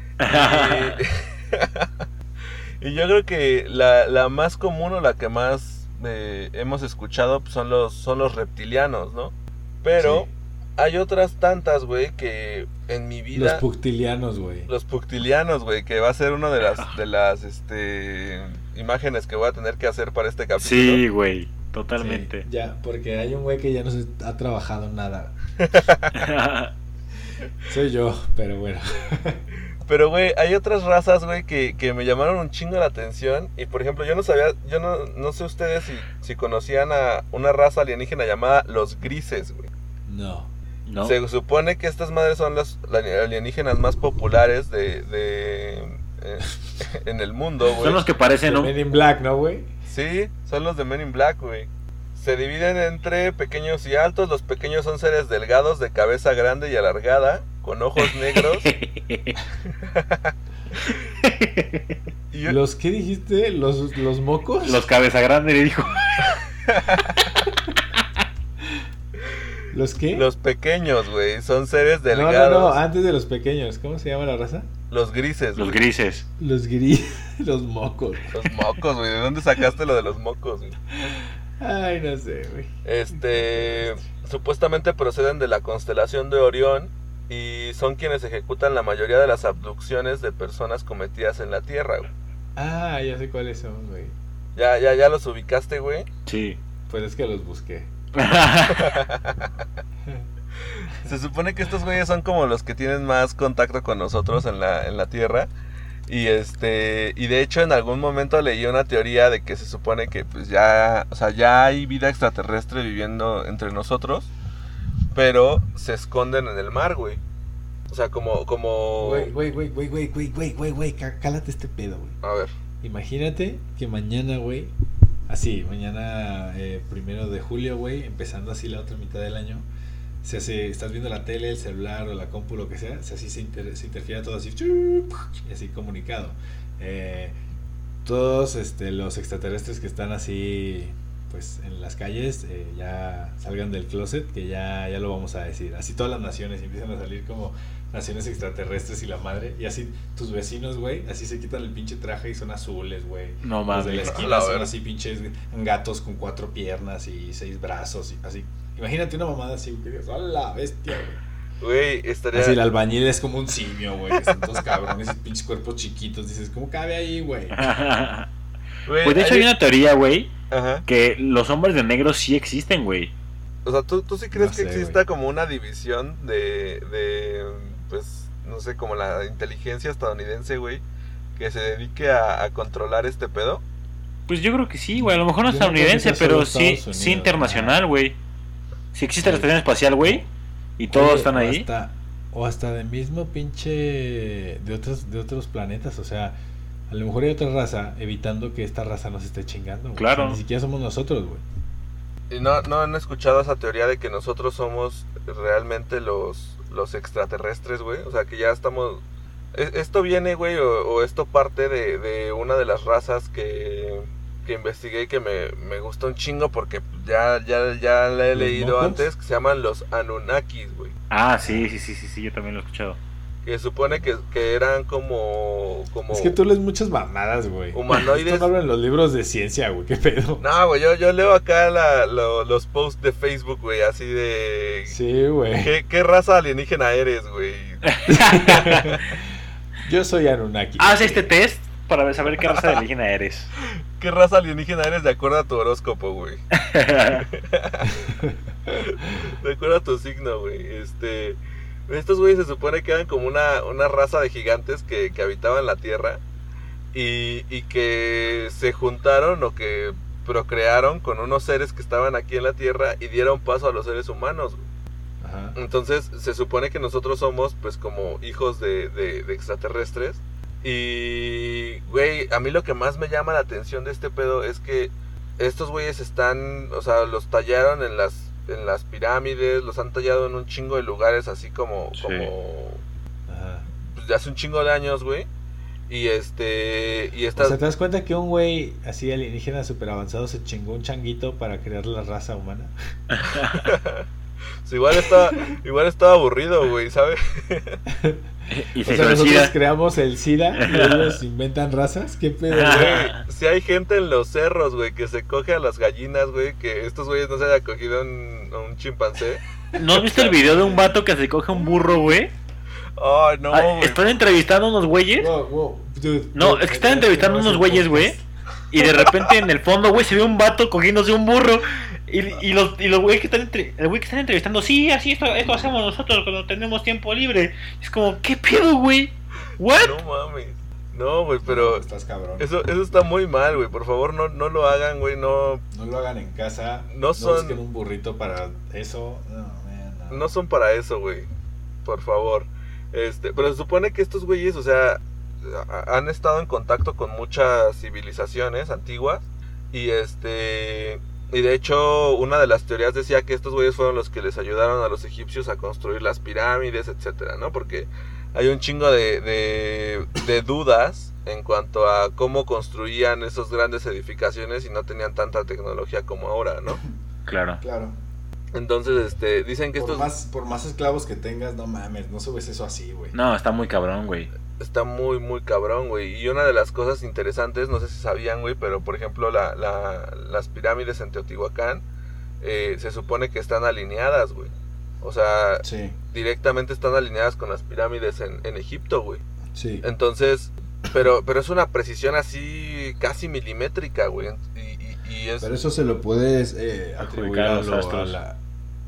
Y, y yo creo que la, la más común o la que más eh, hemos escuchado pues, son los son los reptilianos, ¿no? Pero Sí. hay otras tantas, güey, que en mi los vida... puctilianos, güey. Los puctilianos, güey, que va a ser una de las de las este imágenes que voy a tener que hacer para este capítulo. Sí, güey, totalmente. Sí, ya, porque hay un güey que ya no se ha trabajado en nada. Soy yo, pero bueno. Pero, güey, hay otras razas, güey, que, que me llamaron un chingo la atención. Y, por ejemplo, yo no sabía, yo no, no sé ustedes si, si conocían a una raza alienígena llamada los grises, güey. No. ¿No? Se supone que estas madres son las alienígenas más populares de, de eh, en el mundo, güey. Son los que parecen, The ¿no? Men in Black, ¿no, güey? Sí, son los de Men in Black, güey. Se dividen entre pequeños y altos. Los pequeños son seres delgados, de cabeza grande y alargada, con ojos negros. Y yo- ¿Los qué dijiste? ¿Los, los mocos? Los cabeza grande, le dijo. ¿Los qué? Los pequeños, güey, son seres no, delgados. no, no, antes de los pequeños. ¿Cómo se llama la raza? Los grises, Los güey. grises. Los gris, los mocos. Los mocos, güey. ¿De dónde sacaste lo de los mocos, güey? Ay, no sé, güey. Este, supuestamente proceden de la constelación de Orión y son quienes ejecutan la mayoría de las abducciones de personas cometidas en la Tierra, güey. Ah, ya sé cuáles son, güey. Ya, ya, ya los ubicaste, güey. Sí. Pues es que los busqué. Se supone que estos güeyes son como los que tienen más contacto con nosotros en la, en la Tierra. Y este, y de hecho en algún momento leí una teoría de que se supone que pues ya, o sea, ya hay vida extraterrestre viviendo entre nosotros, pero se esconden en el mar, güey. O sea, como, como... Güey, güey, güey, güey, güey, güey, güey, güey, güey, cá- cálate este pedo, güey. A ver. Imagínate que mañana, güey, así, mañana eh, primero de julio, güey, empezando así la otra mitad del año, se hace, estás viendo la tele, el celular o la compu, lo que sea, se así se, inter, se interfiere todo así, y así comunicado. Eh, todos este, los extraterrestres que están así, pues en las calles, eh, ya salgan del closet, que ya, ya lo vamos a decir. Así todas las naciones empiezan a salir como naciones extraterrestres y la madre, y así tus vecinos, güey, así se quitan el pinche traje y son azules, güey. No Los de la mames. esquina La son verga. así pinches gatos con cuatro piernas y seis brazos y así. Imagínate una mamada así, que digas, ¡a la bestia, güey! Güey, estaría... Así el albañil es como un simio, güey, que están todos cabrones y pinches cuerpos chiquitos. Dices, ¿cómo cabe ahí, güey? Güey, Pues de hecho hay una teoría, güey, Ajá. que los hombres de negro sí existen, güey. O sea, ¿tú, tú sí crees No que sé, exista güey. como una división de, de, pues, no sé, como la inteligencia estadounidense, güey, que se dedique a, a controlar este pedo? Pues yo creo que sí, güey. A lo mejor no Yo no creo que estadounidense, sea solo pero sí, Estados sí Unidos, internacional, ajá. güey. Si existe la Sí. estación espacial, güey, y todos Oye, están o ahí. Hasta, o hasta de mismo pinche de otros, de otros planetas, o sea, a lo mejor hay otra raza evitando que esta raza nos esté chingando, güey. Claro. O sea, ni siquiera somos nosotros, güey. Y no, no han escuchado esa teoría de que nosotros somos realmente los, los extraterrestres, güey. O sea, que ya estamos... Esto viene, güey, o, o esto parte de, de una de las razas que, que investigué y que me, me gustó un chingo porque ya, ya, ya la he ¿Los leído mocos? antes, que se llaman los Anunnakis, güey. Ah, sí, sí, sí, sí, sí, yo también lo he escuchado. Que supone que, que eran como, como Es que tú lees muchas mamadas, güey. humanoides. Esto no hablan en los libros de ciencia, güey. ¿Qué pedo? No, güey, yo, yo leo acá la, lo- los posts de Facebook, güey, así de... Sí, güey. ¿Qué, ¿Qué raza alienígena eres, güey? Yo soy Anunnaki. Haz este test para saber qué raza de alienígena eres. ¿Qué raza alienígena eres de acuerdo a tu horóscopo, güey? De acuerdo a tu signo, güey. Este... Estos güeyes se supone que eran como una, una raza de gigantes que, que habitaban la Tierra y, y que se juntaron o que procrearon con unos seres que estaban aquí en la Tierra y dieron paso a los seres humanos, güey. Ajá. Entonces se supone que nosotros somos pues como hijos de, de, de extraterrestres. Y, güey, a mí lo que más me llama la atención de este pedo es que estos güeyes están, o sea, los tallaron en las en las pirámides, los han tallado en un chingo de lugares así como, Sí. como Ajá. pues, de hace un chingo de años, güey. Y este, y O estas... sea, ¿te das cuenta que un güey así alienígena super avanzado se chingó un changuito para crear la raza humana? pues, igual estaba, igual estaba aburrido, güey, ¿sabes? Y O se sea, nosotros suicida. creamos el SIDA y ellos inventan razas. ¿Qué pedo, güey? Güey, si hay gente en los cerros, güey, que se coge a las gallinas, güey, que estos güeyes no se hayan cogido a un, a un chimpancé. ¿No has visto el video de un vato que se coge un burro, güey? Ay, no, Ah, güey. están entrevistando a unos güeyes. Wow, wow, dude, No, dude, es que están neta, entrevistando a no unos es güeyes, un güey. podcast. Y de repente en el fondo, güey, se ve un vato cogiéndose un burro. Y, y los, y los güeyes que están entre, el güey que están entrevistando, sí, así esto, esto hacemos nosotros cuando tenemos tiempo libre. Es como, ¿qué pedo, güey? ¿What? No mames. No, güey, pero Estás cabrón. eso, eso está muy mal, güey. Por favor, no, no lo hagan, güey. No, No lo hagan en casa. No No son- busquen un burrito para eso. No, man, no. no son para eso, güey. Por favor. Este, pero se supone que estos güeyes, o sea, a- han estado en contacto con muchas civilizaciones antiguas. Y este... Y de hecho, una de las teorías decía que estos güeyes fueron los que les ayudaron a los egipcios a construir las pirámides, etcétera, ¿no? Porque hay un chingo de, de, de dudas en cuanto a cómo construían esas grandes edificaciones y no tenían tanta tecnología como ahora, ¿no? Claro. Claro. Entonces, este, dicen que Por estos... más, por más esclavos que tengas, no mames, no subes eso así, güey. No, está muy cabrón, güey. Está muy, muy cabrón, güey. Y una de las cosas interesantes, no sé si sabían, güey, pero por ejemplo, la, la, las pirámides en Teotihuacán eh, se supone que están alineadas, güey. O sea, Sí, directamente están alineadas con las pirámides en, en Egipto, güey. sí. Entonces, pero, pero es una precisión así casi milimétrica, güey. Y, y, y es... Pero eso se lo puedes eh, atribuir Adjudicar a a, los lo- a astros. la...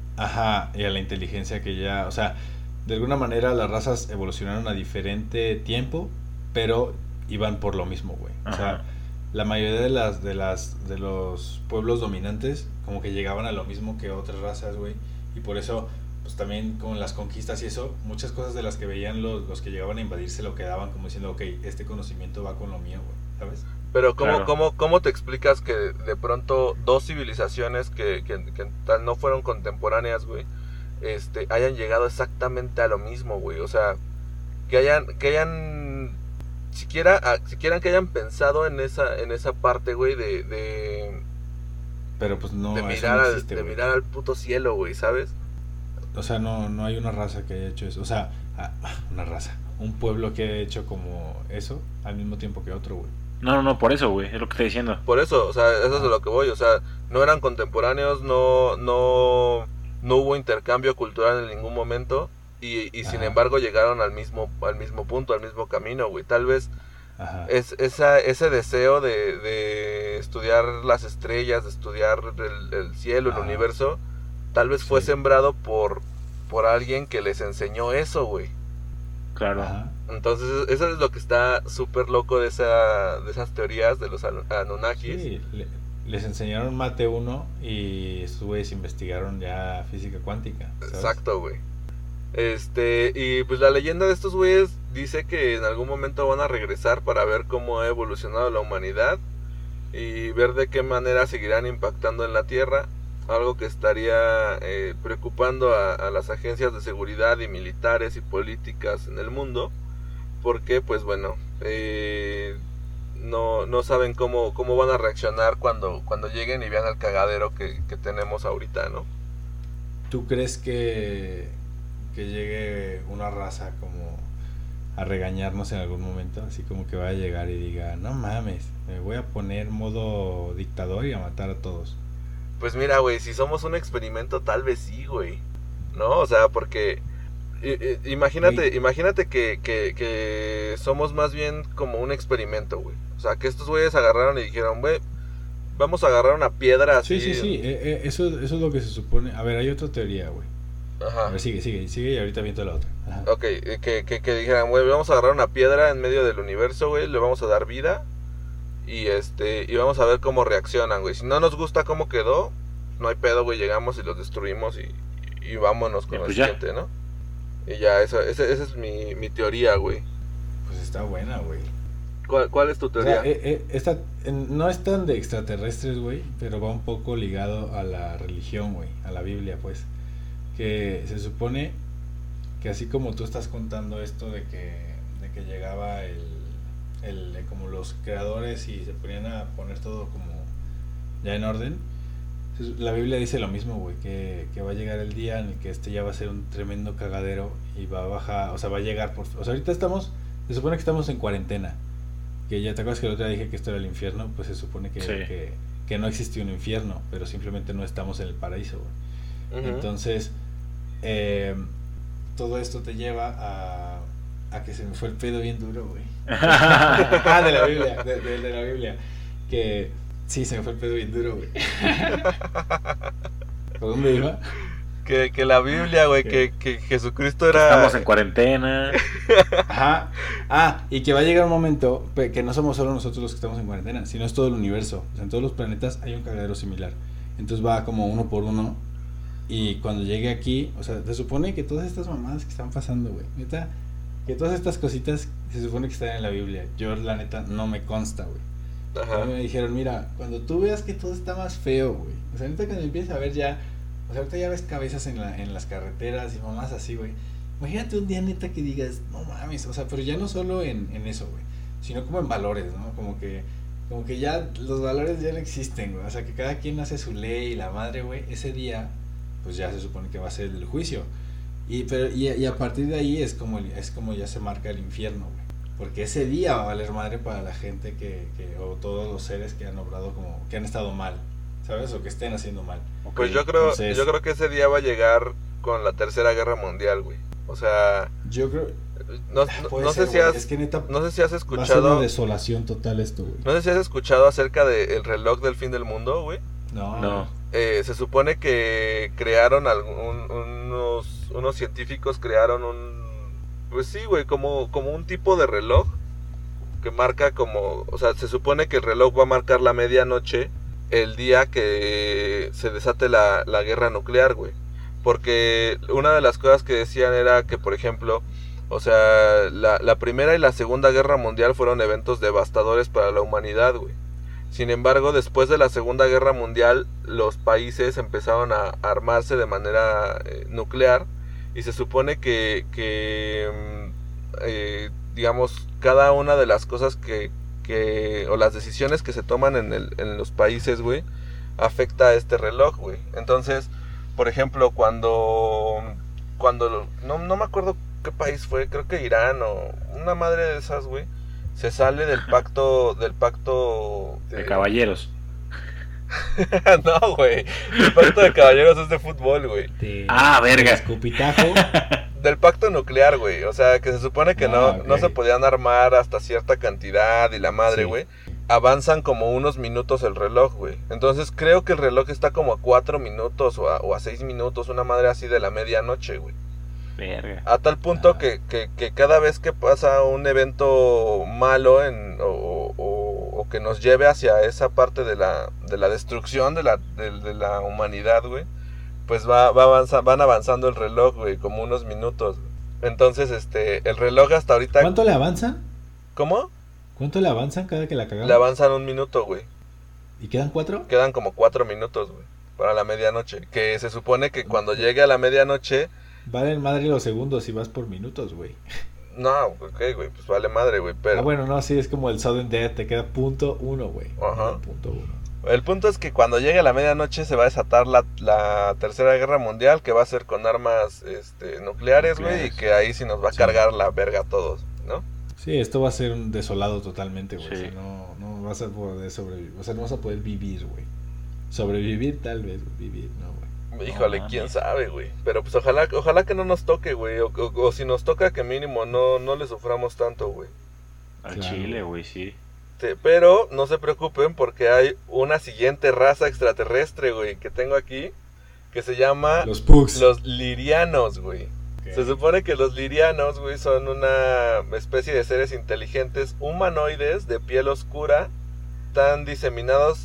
Ajá, y a la inteligencia que ya... O sea, de alguna manera las razas evolucionaron a diferente tiempo, pero iban por lo mismo, güey. O sea, Ajá. la mayoría de las de las de los pueblos dominantes como que llegaban a lo mismo que otras razas, güey, y por eso pues también con las conquistas y eso, muchas cosas de las que veían los, los que llegaban a invadir se lo quedaban como diciendo, ok, este conocimiento va con lo mío, güey, ¿sabes? Pero ¿cómo, Claro. cómo, ¿cómo te explicas que de pronto dos civilizaciones que, que, que tal no fueron contemporáneas, güey, este, hayan llegado exactamente a lo mismo, güey? O sea, que hayan, que hayan, siquiera, a- siquiera que hayan pensado en esa, en esa parte, güey, de, de, Pero pues no, de eso mirar, no al, existe, de güey. mirar al puto cielo, güey, ¿sabes? O sea, no, no hay una raza que haya hecho eso. O sea, ah, una raza. Un pueblo que haya hecho como eso al mismo tiempo que otro, güey. No, no, no, por eso, güey, es lo que estoy diciendo. Por eso, o sea, eso es de lo que voy, o sea, no eran contemporáneos, no, no, no hubo intercambio cultural en ningún momento y, y sin Ajá. embargo llegaron al mismo, al mismo punto, al mismo camino, güey. Tal vez Ajá. es esa, ese deseo de, de estudiar las estrellas, de estudiar el, el cielo, el Ajá. universo, tal vez fue Sí. sembrado por, por alguien que les enseñó eso, güey. Claro. Ajá. Entonces, eso es lo que está súper loco de, esa, de esas teorías de los Anu- Anunnakis. Sí, le- les enseñaron mate uno y estos güeyes investigaron ya física cuántica, ¿sabes? Exacto, güey. Este, y pues la leyenda de estos güeyes dice que en algún momento van a regresar para ver cómo ha evolucionado la humanidad y ver de qué manera seguirán impactando en la Tierra. algo que estaría eh, preocupando a, a las agencias de seguridad y militares y políticas en el mundo, porque pues bueno, eh, no, no saben cómo, cómo van a reaccionar cuando, cuando lleguen y vean el cagadero que, que tenemos ahorita, ¿no? ¿Tú crees que, que llegue una raza como a regañarnos en algún momento? Así como que vaya a llegar y diga, no mames, me voy a poner modo dictador y a matar a todos. Pues mira, güey, si somos un experimento, tal vez sí, güey, ¿no? O sea, porque i- i- imagínate, Sí. imagínate que, que, que somos más bien como un experimento, güey. O sea, que estos güeyes agarraron y dijeron, güey, vamos a agarrar una piedra así. Sí, sí, sí, eh, eh, eso, eso es lo que se supone. A ver, hay otra teoría, güey. A Ajá. ver, sigue, sigue, sigue y ahorita viento la otra. Ajá. Ok, eh, que, que, que dijeran, güey, vamos a agarrar una piedra en medio del universo, güey, le vamos a dar vida y este y vamos a ver cómo reaccionan, güey. Si no nos gusta cómo quedó, no hay pedo, güey, llegamos y los destruimos y, y vámonos con Y el pues ya. siguiente, ¿no? Y ya, esa, esa, esa es mi, mi teoría, güey. Pues está buena, güey. ¿Cuál, ¿Cuál es tu O teoría? sea, eh, eh, esta, en- no es tan de extraterrestres, güey, pero va un poco ligado a la religión, güey, a la Biblia, pues. Que se supone que así como tú estás contando esto de que, de que llegaba el, el, eh, como los creadores y se ponían a poner todo como ya en orden, se- la Biblia dice lo mismo, güey, que, que va a llegar el día en el que este ya va a ser un tremendo cagadero y va a bajar, o sea, va a llegar por... O sea, ahorita estamos, se supone que estamos en cuarentena. Que ya te acuerdas que el otro día dije que esto era el infierno, pues se supone que, Sí. que, que no existe un infierno, pero simplemente no estamos en el paraíso, güey. Ujú. Entonces, eh, todo esto te lleva a, a que se me fue el pedo bien duro, güey. Ah, de la Biblia, de, de- de la Biblia. Que sí, se me fue el pedo bien duro, güey. ¿Por dónde iba? Que, que la Biblia, güey, ¿Qué? que, que Jesucristo era... Estamos en cuarentena. Ajá. Ah, y que va a llegar un momento pe- que no somos solo nosotros los que estamos en cuarentena, sino es todo el universo. O sea, en todos los planetas hay un cagadero similar. Entonces va como uno por uno. Y cuando llegue aquí, o sea, se supone que todas estas mamadas que están pasando, güey, neta, que todas estas cositas se supone que están en la Biblia. Yo, la neta, no me consta, güey. A Ajá. mí me dijeron, mira, cuando tú veas que todo está más feo, güey. O sea, ahorita cuando empiezas a ver ya, o sea, ahorita ya ves cabezas en, la, en las carreteras y mamás así, güey. Imagínate un día neta que digas, no mames, o sea, pero ya no solo en, en eso, güey, sino como en valores, ¿no? Como que, como que ya los valores ya no existen, güey. O sea, que cada quien hace su ley y la madre, güey, ese día, pues ya se supone que va a ser el juicio. Y, pero, y, y a partir de ahí es como, el- es como ya se marca el infierno, güey. Porque ese día va a valer madre para la gente que, que, o todos los seres que han obrado como, que han estado mal, ¿sabes? O que estén haciendo mal. Pues yo creo, Entonces- yo creo que ese día va a llegar con la Tercera Guerra Mundial, güey. O sea, Yo creo, no, no, puede no ser, sé si güey, has, es que neta, no sé si has va a ser una escuchado, desolación total esto, güey. no sé si has escuchado acerca del reloj del fin del mundo, güey. No, No. Eh, se supone que crearon algún, unos, unos científicos crearon un, pues sí, güey, como, como un tipo de reloj que marca como, o sea, se supone que el reloj va a marcar la medianoche el día que se desate la, la guerra nuclear, güey. Porque una de las cosas que decían era que, por ejemplo, o sea, la, la Primera y la Segunda Guerra Mundial fueron eventos devastadores para la humanidad, güey. Sin embargo, después de la Segunda Guerra Mundial, los países empezaron a armarse de manera eh, nuclear y se supone que, que mm, eh, digamos, cada una de las cosas que, que o las decisiones que se toman en, el, en los países, güey, afecta a este reloj, güey. Entonces, por ejemplo, cuando, cuando no, no me acuerdo qué país fue, creo que Irán o una madre de esas, güey, se sale del pacto, del pacto De caballeros. No, güey. El pacto de caballeros es de fútbol, güey. De- Ah, verga. de escupitajo. Del pacto nuclear, güey. O sea, que se supone que Ah, no, ok. no se podían armar hasta cierta cantidad y la madre, Sí. güey. Avanzan como unos minutos el reloj, güey. Entonces creo que el reloj está como a cuatro minutos o a, o a seis minutos, una madre así de la medianoche, güey. Verga. A tal punto Ah. que, que, que cada vez que pasa un evento malo en, o, o, o que nos lleve hacia esa parte de la, de la destrucción de la, de, de la humanidad, güey, pues va, va avanza, van avanzando el reloj, güey, como unos minutos. Entonces, este, el reloj hasta ahorita... ¿Cuánto le avanzan? ¿Cómo? ¿Cuánto le avanzan cada que la cagamos? Le avanzan un minuto, güey. ¿Y quedan cuatro? Quedan como cuatro minutos, güey. para la medianoche. Que se supone que cuando llegue a la medianoche... Valen madre los segundos si vas por minutos, güey. No, ok, güey, pues vale madre, güey, pero... Ah, bueno, no, sí, es como el sudden death, te queda punto uno, güey. Ajá. Punto uno. El punto es que cuando llegue a la medianoche se va a desatar la, la tercera guerra mundial, que va a ser con armas este, nucleares, güey, y que ahí sí nos va a Sí. cargar la verga a todos, ¿no? Sí, esto va a ser un desolado totalmente, güey. Sí. O sea, no, no vas a poder sobrevivir. O sea, no vas a poder vivir, güey. Sobrevivir tal vez, güey. Vivir, no, güey. Híjole, No, quién mames. sabe, güey. Pero pues ojalá, ojalá que no nos toque, güey. O, o- o si nos toca, que mínimo no, no le suframos tanto, güey. Al Claro. Chile, güey, sí. Este, pero no se preocupen porque hay una siguiente raza extraterrestre, güey, que tengo aquí, que se llama Los pugs. los lirianos, güey. Ok. Se supone que los lirianos, güey, son una especie de seres inteligentes humanoides de piel oscura, tan diseminados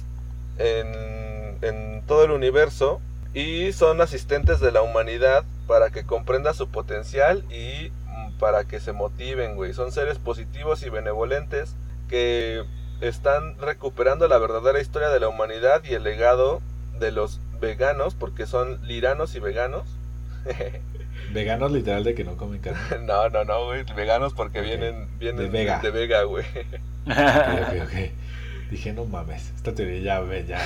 en, en todo el universo y son asistentes de la humanidad para que comprenda su potencial y mm, para que se motiven, güey. Son seres positivos y benevolentes que están recuperando la verdadera historia de la humanidad y el legado de los veganos, porque son liranos y veganos. Veganos literal de que no comen carne. No, no, no, güey, veganos porque Ok. vienen, vienen De Vega. de Vega, güey. Ok, ok, ok. Dije, no mames, esta teoría ya, ve, ya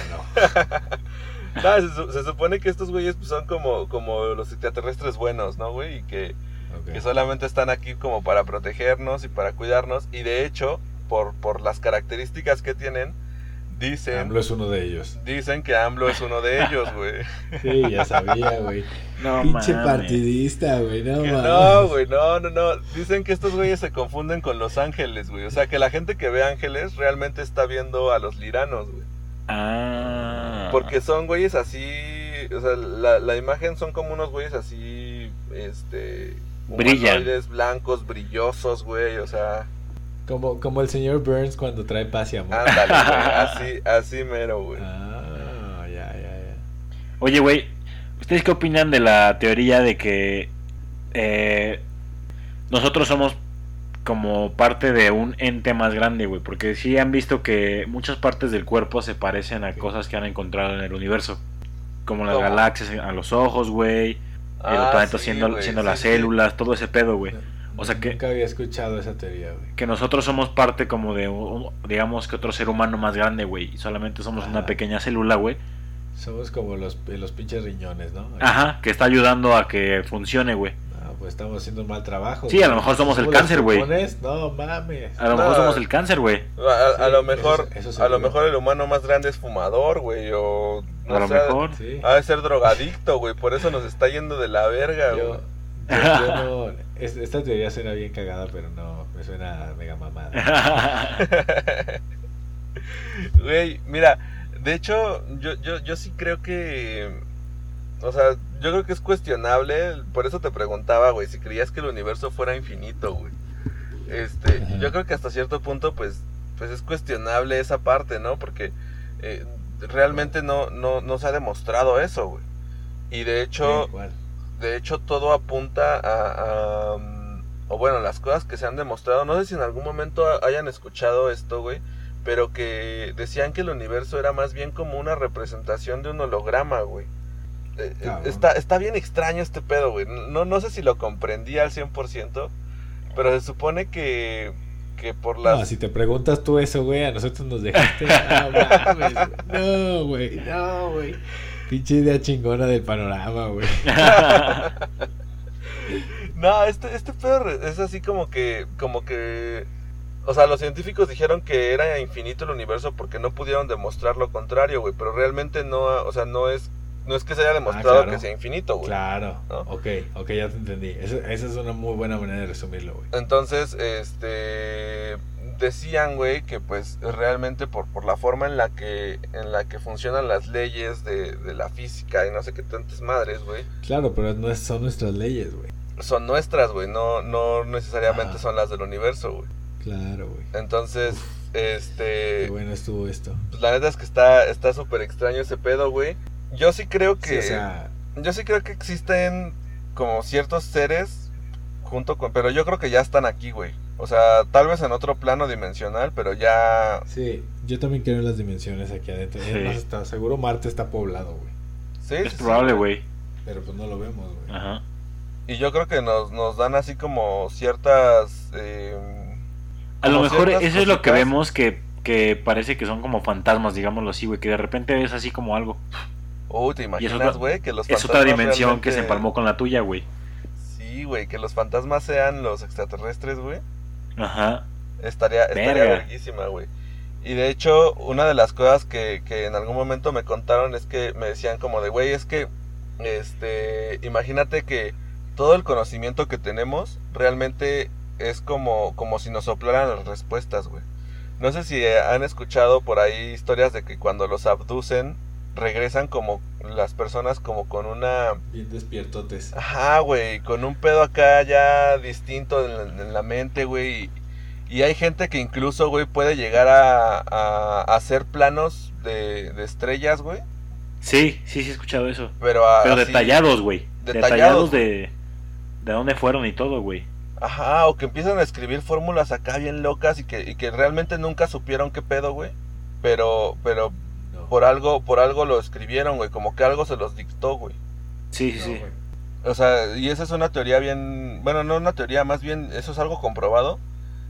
no. No, se, su- se supone que estos güeyes pues, son como, como los extraterrestres buenos, ¿no, güey? Y que, Ok. que solamente están aquí como para protegernos y para cuidarnos. Y de hecho, por, por las características que tienen, dicen, AMLO es uno de ellos. dicen que AMLO es uno de ellos, güey. Sí, ya sabía, güey. No Pinche mames. partidista, güey, no Que mames. no, güey, no, no, no. Dicen que estos güeyes se confunden con los ángeles, güey. O sea, que la gente que ve ángeles realmente está viendo a los liranos, güey. Ah. Porque son güeyes así, o sea, la, la imagen son como unos güeyes así, este... Brillan. humanoides blancos, brillosos, güey, o sea... Como, como el señor Burns cuando trae paz y amor. Ándale, güey, así, así mero, güey. Ah, ya, ya, ya. Oye, güey, ¿ustedes qué opinan de la teoría de que eh, nosotros somos como parte de un ente más grande, güey? Porque sí han visto que muchas partes del cuerpo se parecen a Ok. cosas que han encontrado en el universo. Como las ¿Cómo? galaxias a los ojos, güey. El Ah, planeta sí, siendo, güey, siendo sí, las sí. células, todo ese pedo, güey. O sea que- Nunca había escuchado esa teoría, güey. Que nosotros somos parte como de, un- digamos que otro ser humano más grande, güey. Y solamente somos Ajá. una pequeña célula, güey. Somos como los, los pinches riñones, ¿no? Ajá, que está ayudando a que funcione, güey. No, pues estamos haciendo un mal trabajo. Sí, a lo mejor somos el los cáncer, güey. pulmones, No mames. A lo No. mejor somos el cáncer, güey. A, a Sí, lo mejor, eso- eso a lo seguro. mejor el humano más grande es fumador, güey, o... no A lo sé, mejor. Sí. Ha de ser drogadicto, güey, por eso nos está yendo de la verga, güey. Yo, yo, yo no. es- esta teoría suena bien cagada, pero no. Me suena mega mamada. Güey, mira, de hecho, yo, yo, yo sí creo que... O sea, yo creo que es cuestionable, por eso te preguntaba, güey, si creías que el universo fuera infinito, güey. Este, Ajá. yo creo que hasta cierto punto, pues, pues es cuestionable esa parte, ¿no? Porque eh, realmente no, no, no se ha demostrado eso, güey. Y de hecho... Sí, ¿cuál? De hecho, todo apunta a, a, mm, o bueno, las cosas que se han demostrado. No sé si en algún momento hayan escuchado esto, güey. Pero que decían que el universo era más bien como una representación de un holograma, güey. Eh, eh, Cabrón. está, está bien extraño este pedo, güey. No, no sé si lo comprendí al cien por ciento. Pero se supone que, que por las... No, si te preguntas tú eso, güey, a nosotros nos dejaste. No mames, güey. No, güey. No, güey. Pinche idea chingona del panorama, güey. No, este, este pedo re- es así como que, como que, o sea, los científicos dijeron que era infinito el universo porque no pudieron demostrar lo contrario, güey, pero realmente no, o sea, no es, no es que se haya demostrado claro. que sea infinito, güey. Claro. ¿No? Ok, ok, ya te entendí. Eso- esa es una muy buena manera de resumirlo, güey. Entonces, este, decían, güey, que pues realmente por, por la forma en la que, en la que funcionan las leyes de, de la física y no sé qué tantas madres, güey, Claro, pero no es- son nuestras leyes, güey. son nuestras, güey, no, no necesariamente Ajá. son las del universo, güey. Claro, güey. Entonces, este... Qué bueno estuvo esto. Pues la neta es que está está súper extraño ese pedo, güey. Yo sí creo que... Sí, o sea, Yo sí creo que existen como ciertos seres junto con... Pero yo creo que ya están aquí, güey. O sea, tal vez en otro plano dimensional, pero ya... sí, yo también creo en las dimensiones aquí adentro. Sí. Además, está, seguro Marte está poblado, güey. Sí, Es sí, probable, sí, güey. Pero pues no lo vemos, güey. Ajá. Y yo creo que nos, nos dan así como ciertas... Eh, A lo como mejor ciertas eso es lo que cositas. vemos que, que parece que son como fantasmas, digámoslo así, güey. Que de repente ves así como algo. Uy, ¿te Y es imaginas, otra, güey? Que los es otra fantasmas dimensión que se realmente- empalmó con la tuya, güey. Sí, güey, que los fantasmas sean los extraterrestres, güey. Ajá. Estaría, estaría Verga. verguísima, güey. Y de hecho, una de las cosas que, que en algún momento me contaron es que me decían como de, güey, es que, este, imagínate que todo el conocimiento que tenemos realmente es como, como si nos soplaran las respuestas, güey. No sé si han escuchado por ahí historias de que cuando los abducen, regresan como las personas como con una... Bien despiertotes. Ajá, güey, con un pedo acá ya distinto en la, en la mente, güey. Y, y hay gente que incluso, güey, puede llegar a, a, a hacer planos de, de estrellas, güey. Sí, sí, sí he escuchado eso. Pero, a- Pero así- detallados, güey. Detallados, Detallados de, de dónde fueron y todo, güey. Ajá, o que empiezan a escribir fórmulas acá bien locas y que, y que realmente nunca supieron qué pedo, güey. Pero, pero No. por algo, por algo lo escribieron, güey. Como que algo se los dictó, güey. Sí, sí, No, sí. güey. O sea, y esa es una teoría bien, bueno, no una teoría, más bien eso es algo comprobado,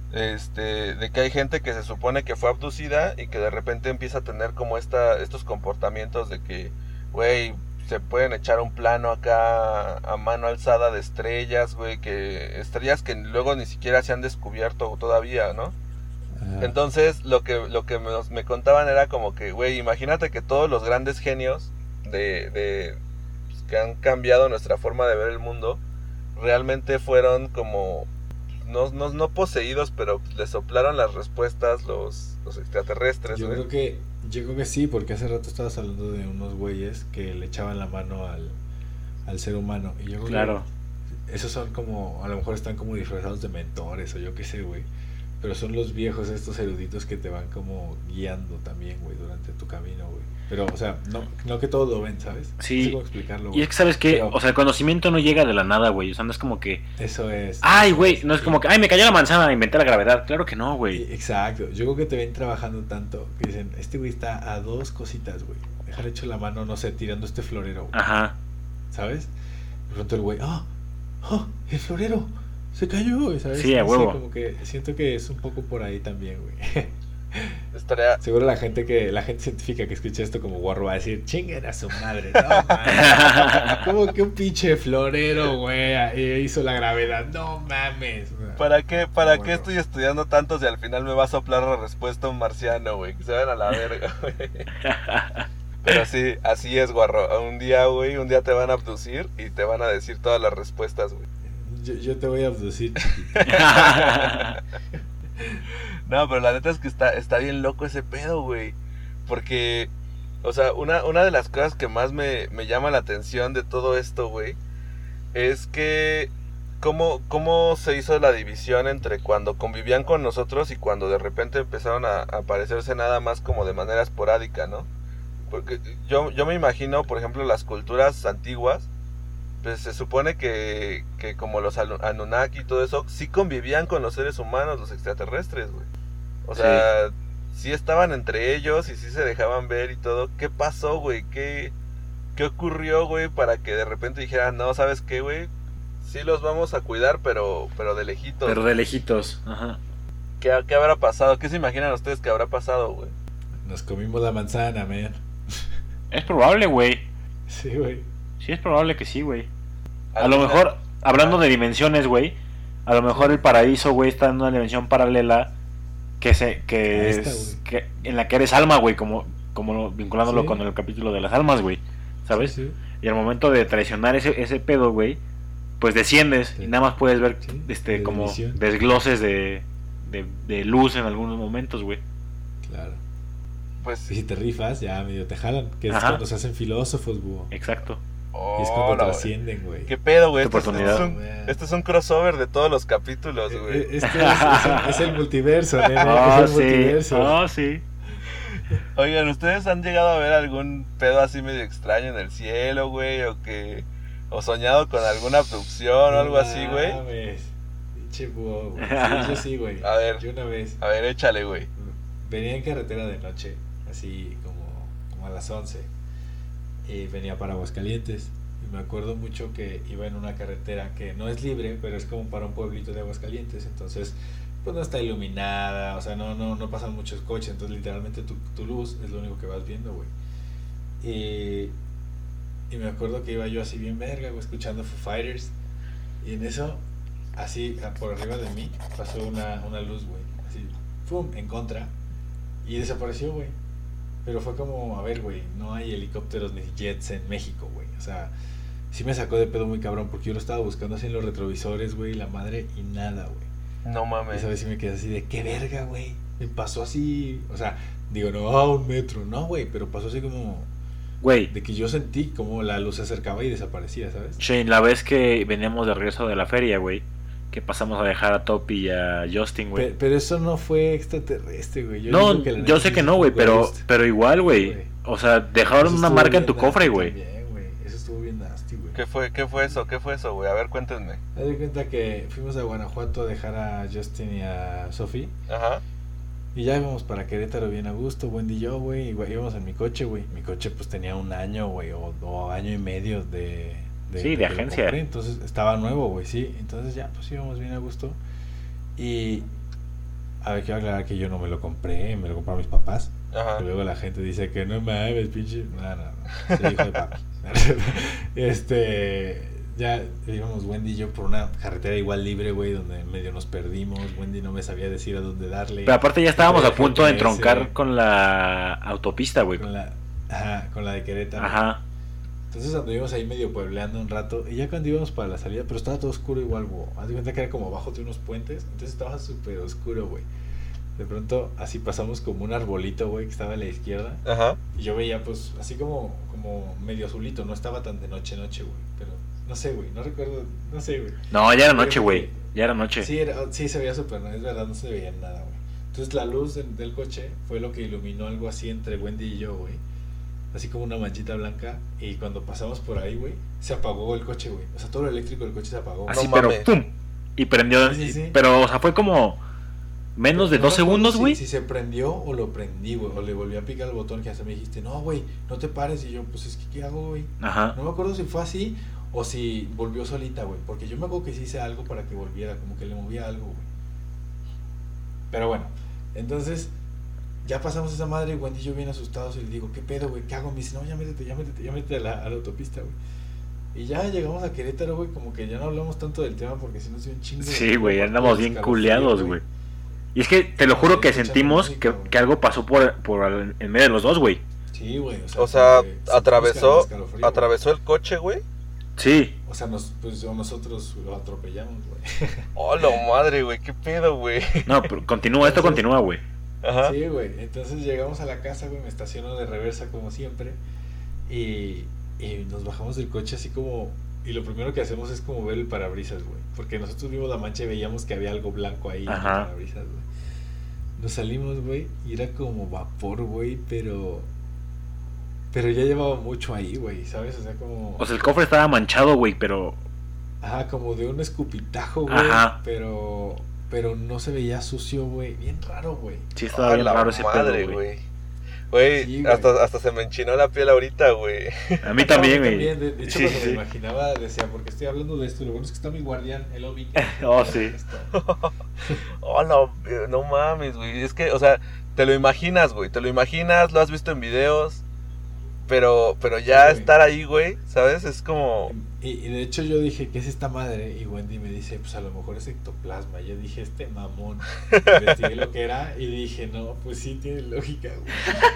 este, de que hay gente que se supone que fue abducida y que de repente empieza a tener como esta, estos comportamientos de que, güey, se pueden echar un plano acá a mano alzada de estrellas, güey, que estrellas que luego ni siquiera se han descubierto todavía, ¿no? Ajá. Entonces, lo que, lo que me, me contaban era como que, güey, imagínate que todos los grandes genios de, de pues, que han cambiado nuestra forma de ver el mundo, realmente fueron como, no, no, no poseídos, pero les soplaron las respuestas los, los extraterrestres, Yo güey. creo que yo creo que sí, porque hace rato estabas hablando de unos güeyes que le echaban la mano al, al ser humano. Y yo creo Claro. que esos son como, a lo mejor están como disfrazados de mentores o yo qué sé, güey. Pero son los viejos, estos eruditos que te van como guiando también, güey, durante tu camino, güey. Pero, o sea, no, no que todos lo ven, ¿sabes? Sí. No sé cómo explicarlo, Y güey. es que, ¿sabes qué? Pero- O sea, el conocimiento no llega de la nada, güey. O sea, no es como que... Eso es. Ay, eso güey, no es como que... Ay, me cayó la manzana, inventé la gravedad. Claro que no, güey. Y- Exacto. Yo creo que te ven trabajando tanto que dicen, este güey está a dos cositas, güey. Dejar hecho la mano, no sé, tirando este florero, güey. Ajá. ¿Sabes? De pronto el güey, ¡ah! ¡Ah! ¡El florero! ¡Se cayó! güey", ¿sabes? Sí, a No sé, huevo. como que siento que es un poco por ahí también, güey. Estaría, Seguro la gente que la gente científica que escucha esto como guarro va a decir, chinguen a su madre, no mames. Como que un pinche florero, güey, ahí hizo la gravedad, no mames. ¿para qué, para Bueno. qué estoy estudiando tanto si al final me va a soplar la respuesta un marciano, güey? Que se vayan a la verga, güey. Pero sí, así es, guarro. Un día, güey, un día te van a abducir y te van a decir todas las respuestas, güey. Yo, yo te voy a abducir, chiquito. No, pero la neta es que está, está bien loco ese pedo, güey. Porque, o sea, una, una de las cosas que más me, me llama la atención de todo esto, güey, es que cómo, cómo se hizo la división entre cuando convivían con nosotros y cuando de repente empezaron a, a aparecerse nada más como de manera esporádica, ¿no? Porque yo, yo me imagino, por ejemplo, las culturas antiguas, pues se supone que, que como los Anu- Anunnaki y todo eso, sí convivían con los seres humanos, los extraterrestres, güey. O sea, sí estaban entre ellos y sí se dejaban ver y todo. ¿Qué pasó, güey? ¿Qué, qué ocurrió, güey, para que de repente dijeran, no, ¿sabes qué, güey? Sí los vamos a cuidar, pero, pero de lejitos. Pero de lejitos. Ajá. ¿Qué, qué habrá pasado? ¿Qué se imaginan ustedes que habrá pasado, güey? Nos comimos la manzana, man. Es probable, güey. Sí, güey. Sí, es probable que sí, güey. A Al lo final- mejor, hablando de dimensiones, güey, a lo mejor el paraíso, güey, está en una dimensión paralela que se que, A esta, es, güey. que en la que eres alma, güey, como como lo- vinculándolo Sí. con el capítulo de las almas, güey, ¿sabes? Sí, sí. Y al momento de traicionar ese ese pedo, güey, pues desciendes Sí. y nada más puedes ver Sí, este de como división. desgloses de, de de luz en algunos momentos, güey. Claro. Pues, Y si te rifas, ya medio te jalan. Que es Ajá. cuando se hacen filósofos, búho. Exacto. Y es cuando hola, güey. trascienden, güey. ¿Qué pedo, güey? Tu Esto, es- esto es oportunidad. un, esto es un crossover de todos los capítulos, Eh, güey. eh, Este es, es el, es el multiverso, nene. Oh, es el sí. multiverso. Oh, sí. Oigan, ¿ustedes han llegado a ver algún pedo así medio extraño en el cielo, güey? O que... O soñado con alguna abducción o algo así, güey. No mames. Pinche búho, güey. Sí, yo sí, güey. A ver. Yo una vez A ver, échale, güey. venía en carretera de noche, así como, como a las once. y venía para Aguascalientes. Y me acuerdo mucho que iba en una carretera que no es libre, pero es como para un pueblito de Aguascalientes. Entonces, pues no está iluminada, o sea, no, no, no pasan muchos coches. Entonces, literalmente tu, tu luz es lo único que vas viendo, güey. Y, y me acuerdo que iba yo así bien verga, güey, escuchando Foo Fighters. Y en eso, así por arriba de mí, pasó una, una luz, güey. Así, pum, en contra. Y desapareció, güey. Pero fue como, a ver, güey, no hay helicópteros ni jets en México, güey. O sea, sí me sacó de pedo muy cabrón porque yo lo estaba buscando así en los retrovisores, güey, la madre, y nada, güey. No mames. Y esa vez sí me quedé así de, qué verga, güey. Me pasó así, o sea, digo, no, a un metro, no, güey, pero pasó así como... Güey. De que yo sentí como la luz se acercaba y desaparecía, ¿sabes? Shane, la vez que veníamos de regreso de la feria, güey, que pasamos a dejar a Topi y a Justin, güey. Pero, pero eso no fue extraterrestre, güey. Yo no, digo que la yo neta sé sí que no, fue güey, pero, ghost. pero igual, güey. Güey. O sea, dejaron Eso una estuvo marca en bien tu cofre, nasty güey. también, güey. Eso estuvo bien nasty, güey. ¿Qué fue, qué fue eso? ¿Qué fue eso, güey? A ver, cuéntenme. Me di cuenta que fuimos a Guanajuato a dejar a Justin y a Sophie. Ajá. Y ya íbamos para Querétaro bien a gusto, Wendy y yo, güey. Y güey, íbamos en mi coche, güey. Mi coche pues tenía un año, güey, o, o año y medio de... de Sí, de que lo agencia. compré. Entonces estaba nuevo, güey, sí. Entonces ya pues íbamos bien a gusto. Y... A ver, quiero aclarar que yo no me lo compré, me lo compraron mis papás. Ajá. Y luego la gente dice que no mames, pinche... No, no, no. Soy hijo de papi. este... Ya íbamos Wendy y yo por una carretera igual libre, güey, donde medio nos perdimos. Wendy no me sabía decir a dónde darle. Pero aparte ya estábamos a punto de G P S, entroncar con la autopista, güey. Con la, ajá, con la de Querétaro. Ajá. Entonces anduvimos ahí medio puebleando un rato. Y ya cuando íbamos para la salida, pero estaba todo oscuro igual, güey. Haz de cuenta que era como abajo de unos puentes. Entonces estaba súper oscuro, güey. De pronto así pasamos como un arbolito, güey, que estaba a la izquierda. Ajá. Y yo veía pues así como, como medio azulito. No estaba tan de noche noche, güey. Pero no sé, güey, no recuerdo, no sé, güey. No, ya era noche, güey. Ya era noche. Sí, era, sí se veía súper, no es verdad, no se veía nada, güey. Entonces la luz del, del coche fue lo que iluminó algo así entre Wendy y yo, güey. Así como una manchita blanca. Y cuando pasamos por ahí, güey, se apagó el coche, güey. O sea, todo lo eléctrico del coche se apagó. Así, No pero mames. pum. Y prendió. Sí, sí, sí. Pero, o sea, fue como menos de No dos me acuerdo segundos, si- güey. Si, se prendió o lo prendí, güey. O le volví a picar el botón que hasta me dijiste, no, güey, no te pares. Y yo, pues es que, ¿qué hago, güey? Ajá. No me acuerdo si fue así o si volvió solita, güey. Porque yo me acuerdo que sí hice algo para que volviera, como que le movía algo, güey. Pero bueno, entonces ya pasamos esa madre y Wendy y yo bien asustados y le digo, ¿qué pedo, güey? ¿Qué hago? Me dice, no, ya métete, ya métete, ya métete a la, a la autopista, güey. Y ya llegamos a Querétaro, güey, como que ya no hablamos tanto del tema porque si no se un chingo. de- Sí, güey, de andamos bien escalofrío, culeados, güey. Y es que te lo juro que Escuchando sentimos música, que, güey. que algo pasó por, por al- en medio de los dos, güey. Sí, güey, o sea, O sea, como que sentimos atravesó, escalofrío, güey. atravesó el coche, güey. Sí. O sea, nos, pues o nosotros lo atropellamos, güey. Oh, la madre, güey, qué pedo, güey. No, pero continúa, esto Entonces- continúa, güey. Ajá. Sí, güey. Entonces llegamos a la casa, güey, me estaciono de reversa como siempre. Y, y nos bajamos del coche así como... Y lo primero que hacemos es como ver el parabrisas, güey. Porque nosotros vimos la mancha y veíamos que había algo blanco ahí en el Ajá. parabrisas, güey. Nos salimos, güey, y era como vapor, güey, pero... Pero ya llevaba mucho ahí, güey, ¿sabes? O sea, como... O sea, el cofre estaba manchado, güey, pero... Ajá, como de un escupitajo, güey. Ajá. Pero... Pero no se veía sucio, güey. Bien raro, güey. Sí estaba Ah, bien la raro ese madre, pedo, güey. güey. Güey, Sí, güey. hasta, hasta se me enchinó la piel ahorita, güey. A mí también, No, a mí güey. también. De, de hecho, Sí, cuando sí, me sí. imaginaba, decía, porque estoy hablando de esto, lo bueno es que está mi guardián, el Obi. Oh, sí. Oh, no, no mames, güey. Es que, o sea, te lo imaginas, güey. Te lo imaginas, lo has visto en videos. Pero, pero ya Sí, güey. estar ahí, güey, ¿sabes? Es como... Y, y de hecho yo dije, ¿qué es esta madre? Y Wendy me dice, pues a lo mejor es ectoplasma. Yo dije, este mamón. Investigué lo que era y dije, no, pues sí tiene lógica, güey.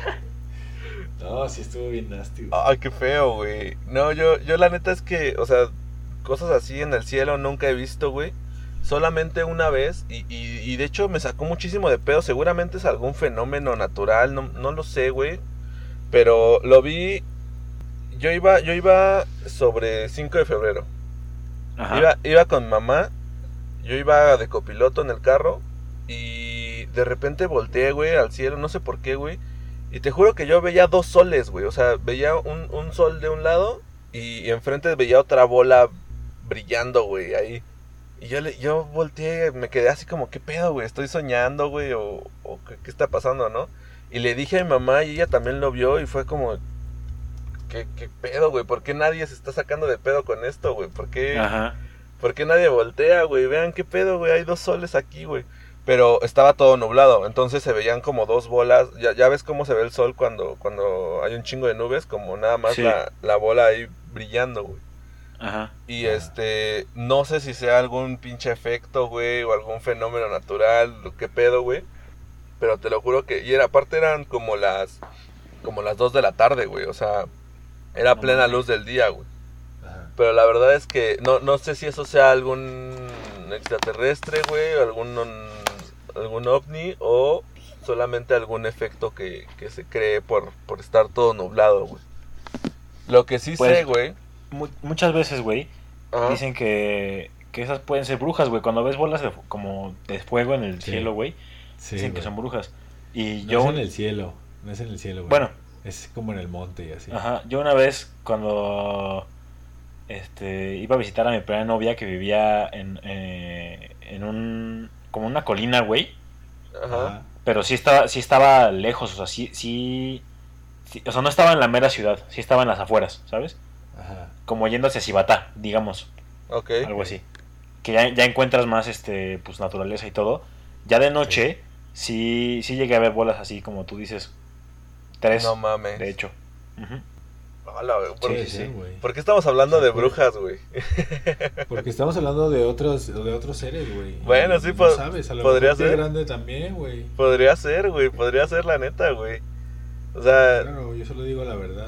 No, sí estuvo bien nasty, güey. Ay, qué feo, güey. No, yo, yo la neta es que, o sea, cosas así en el cielo nunca he visto, güey. Solamente una vez, y, y, y de hecho me sacó muchísimo de pedo. Seguramente es algún fenómeno natural, no, no lo sé, güey. Pero lo vi. Yo iba, yo iba sobre cinco de febrero. Ajá. Iba, iba con mamá. Yo iba de copiloto en el carro. Y de repente volteé, güey, al cielo. No sé por qué, güey. Y te juro que yo veía dos soles, güey. O sea, veía un, un sol de un lado. Y, y enfrente veía otra bola brillando, güey, ahí. Y yo, le, yo volteé, me quedé así como, ¿qué pedo, güey? ¿Estoy soñando, güey? ¿O, o qué, qué está pasando, no? Y le dije a mi mamá y ella también lo vio y fue como, ¿qué, qué pedo, güey? ¿Por qué nadie se está sacando de pedo con esto, güey? ¿Por qué, Ajá. ¿por qué nadie voltea, güey? Vean qué pedo, güey, hay dos soles aquí, güey. Pero estaba todo nublado, entonces se veían como dos bolas. Ya, ya ves cómo se ve el sol cuando, cuando hay un chingo de nubes, como nada más Sí. la, la bola ahí brillando, güey. Ajá. Y este, no sé si sea algún pinche efecto, güey, o algún fenómeno natural, o qué pedo, güey. Pero te lo juro que, y era, aparte eran como las, como las dos de la tarde, güey, o sea, era No plena mames. luz del día, güey. Ajá. Pero la verdad es que no, no sé si eso sea algún extraterrestre, güey, o algún, algún ovni, o solamente algún efecto que, que se cree por, por estar todo nublado, güey. Lo que sí Pues, sé, güey. Mu- muchas veces, güey, Ajá. dicen que, que esas pueden ser brujas, güey. Cuando ves bolas de, fu- como de fuego en el Sí. cielo, güey, Sí, dicen que güey. son brujas. Y No yo, es en el cielo, no es en el cielo, güey. bueno, Es como en el monte y así. ajá, yo una vez cuando este iba a visitar a mi primera novia que vivía en, eh, en un, como una colina, güey, Ajá. Ajá. pero sí estaba, sí estaba lejos, o sea, sí, sí, sí, o sea, no estaba en la mera ciudad, sí estaba en las afueras, ¿sabes? Ajá. Como yendo hacia Cibatá, digamos. Ok. Algo así. Que ya, ya encuentras más este pues naturaleza y todo. Ya de noche, sí, sí llegué a ver bolas así como tú dices. Tres, No mames. de hecho. Ujú. Hola, güey. ¿Por, Sí, qué- sí, güey. ¿por qué estamos hablando de Sí, pues. brujas, güey? Porque estamos hablando de otros, de otros seres, güey. Bueno, Y sí, no po- sabes, a lo podría mejor Pie ser. Grande también, güey. Podría ser, güey. Podría ser la neta, güey. O sea, Claro, yo solo digo la verdad.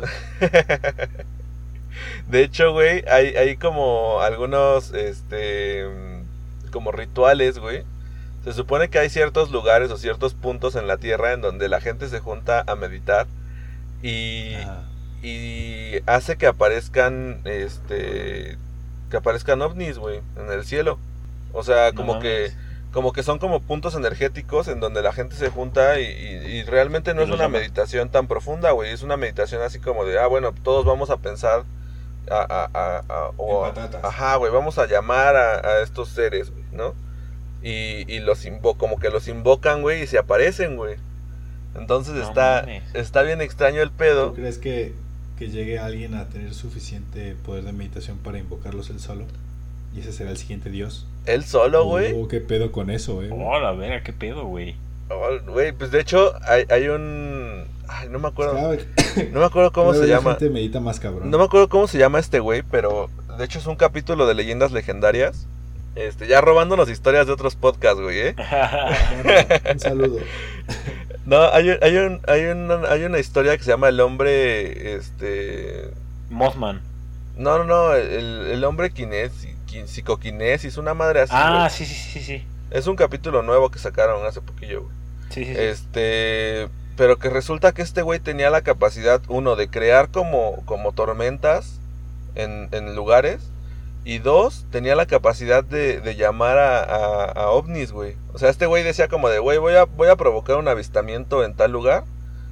de hecho, güey, hay, hay como algunos, este, como rituales, güey. Se supone que hay ciertos lugares o ciertos puntos en la Tierra en donde la gente se junta a meditar y, Ajá. y hace que aparezcan, este, que aparezcan ovnis, güey, en el cielo. O sea, No como que, mames. como que son como puntos energéticos en donde la gente se junta y, y- y realmente no Y es los una llaman. meditación tan profunda, güey. Es una meditación así como de, ah, bueno, todos vamos a pensar a, a, a, a- o En a- patatas. ajá, güey, vamos a llamar a, a estos seres, güey, ¿no? Y, y los invo como que los invocan, güey, y se aparecen, güey. Entonces No está, mames. está bien extraño el ¿Tú pedo. crees que, que llegue alguien a tener suficiente poder de meditación para invocarlos él solo? ¿Y ese será el siguiente dios? Él solo, güey. Oh, qué pedo con eso, eh. güey. Oh, la verga, qué pedo, güey. Oh, güey, pues de hecho hay, hay un... Ay, no me acuerdo. Cada vez- No me acuerdo cómo cada se vez llama. La gente medita más cabrón. No me acuerdo cómo se llama este güey, pero de hecho es un capítulo de Leyendas Legendarias. Este, ya robándonos historias de otros podcasts, güey, ¿eh? Un saludo. No, hay, un- hay, un, hay, una, hay una historia que se llama El hombre, este... Mothman. No, no, no, el, el hombre kinesi, kin- psicoquinesis, una madre así, Ah, güey. sí, sí, sí, sí. Es un capítulo nuevo que sacaron hace poquillo, güey. Sí, sí, sí. Este, pero que resulta que este güey tenía la capacidad, uno, de crear como, como tormentas en, en lugares, y dos, tenía la capacidad de, de llamar a, a, a ovnis, güey. O sea, este güey decía como de, güey, voy a, voy a provocar un avistamiento en tal lugar,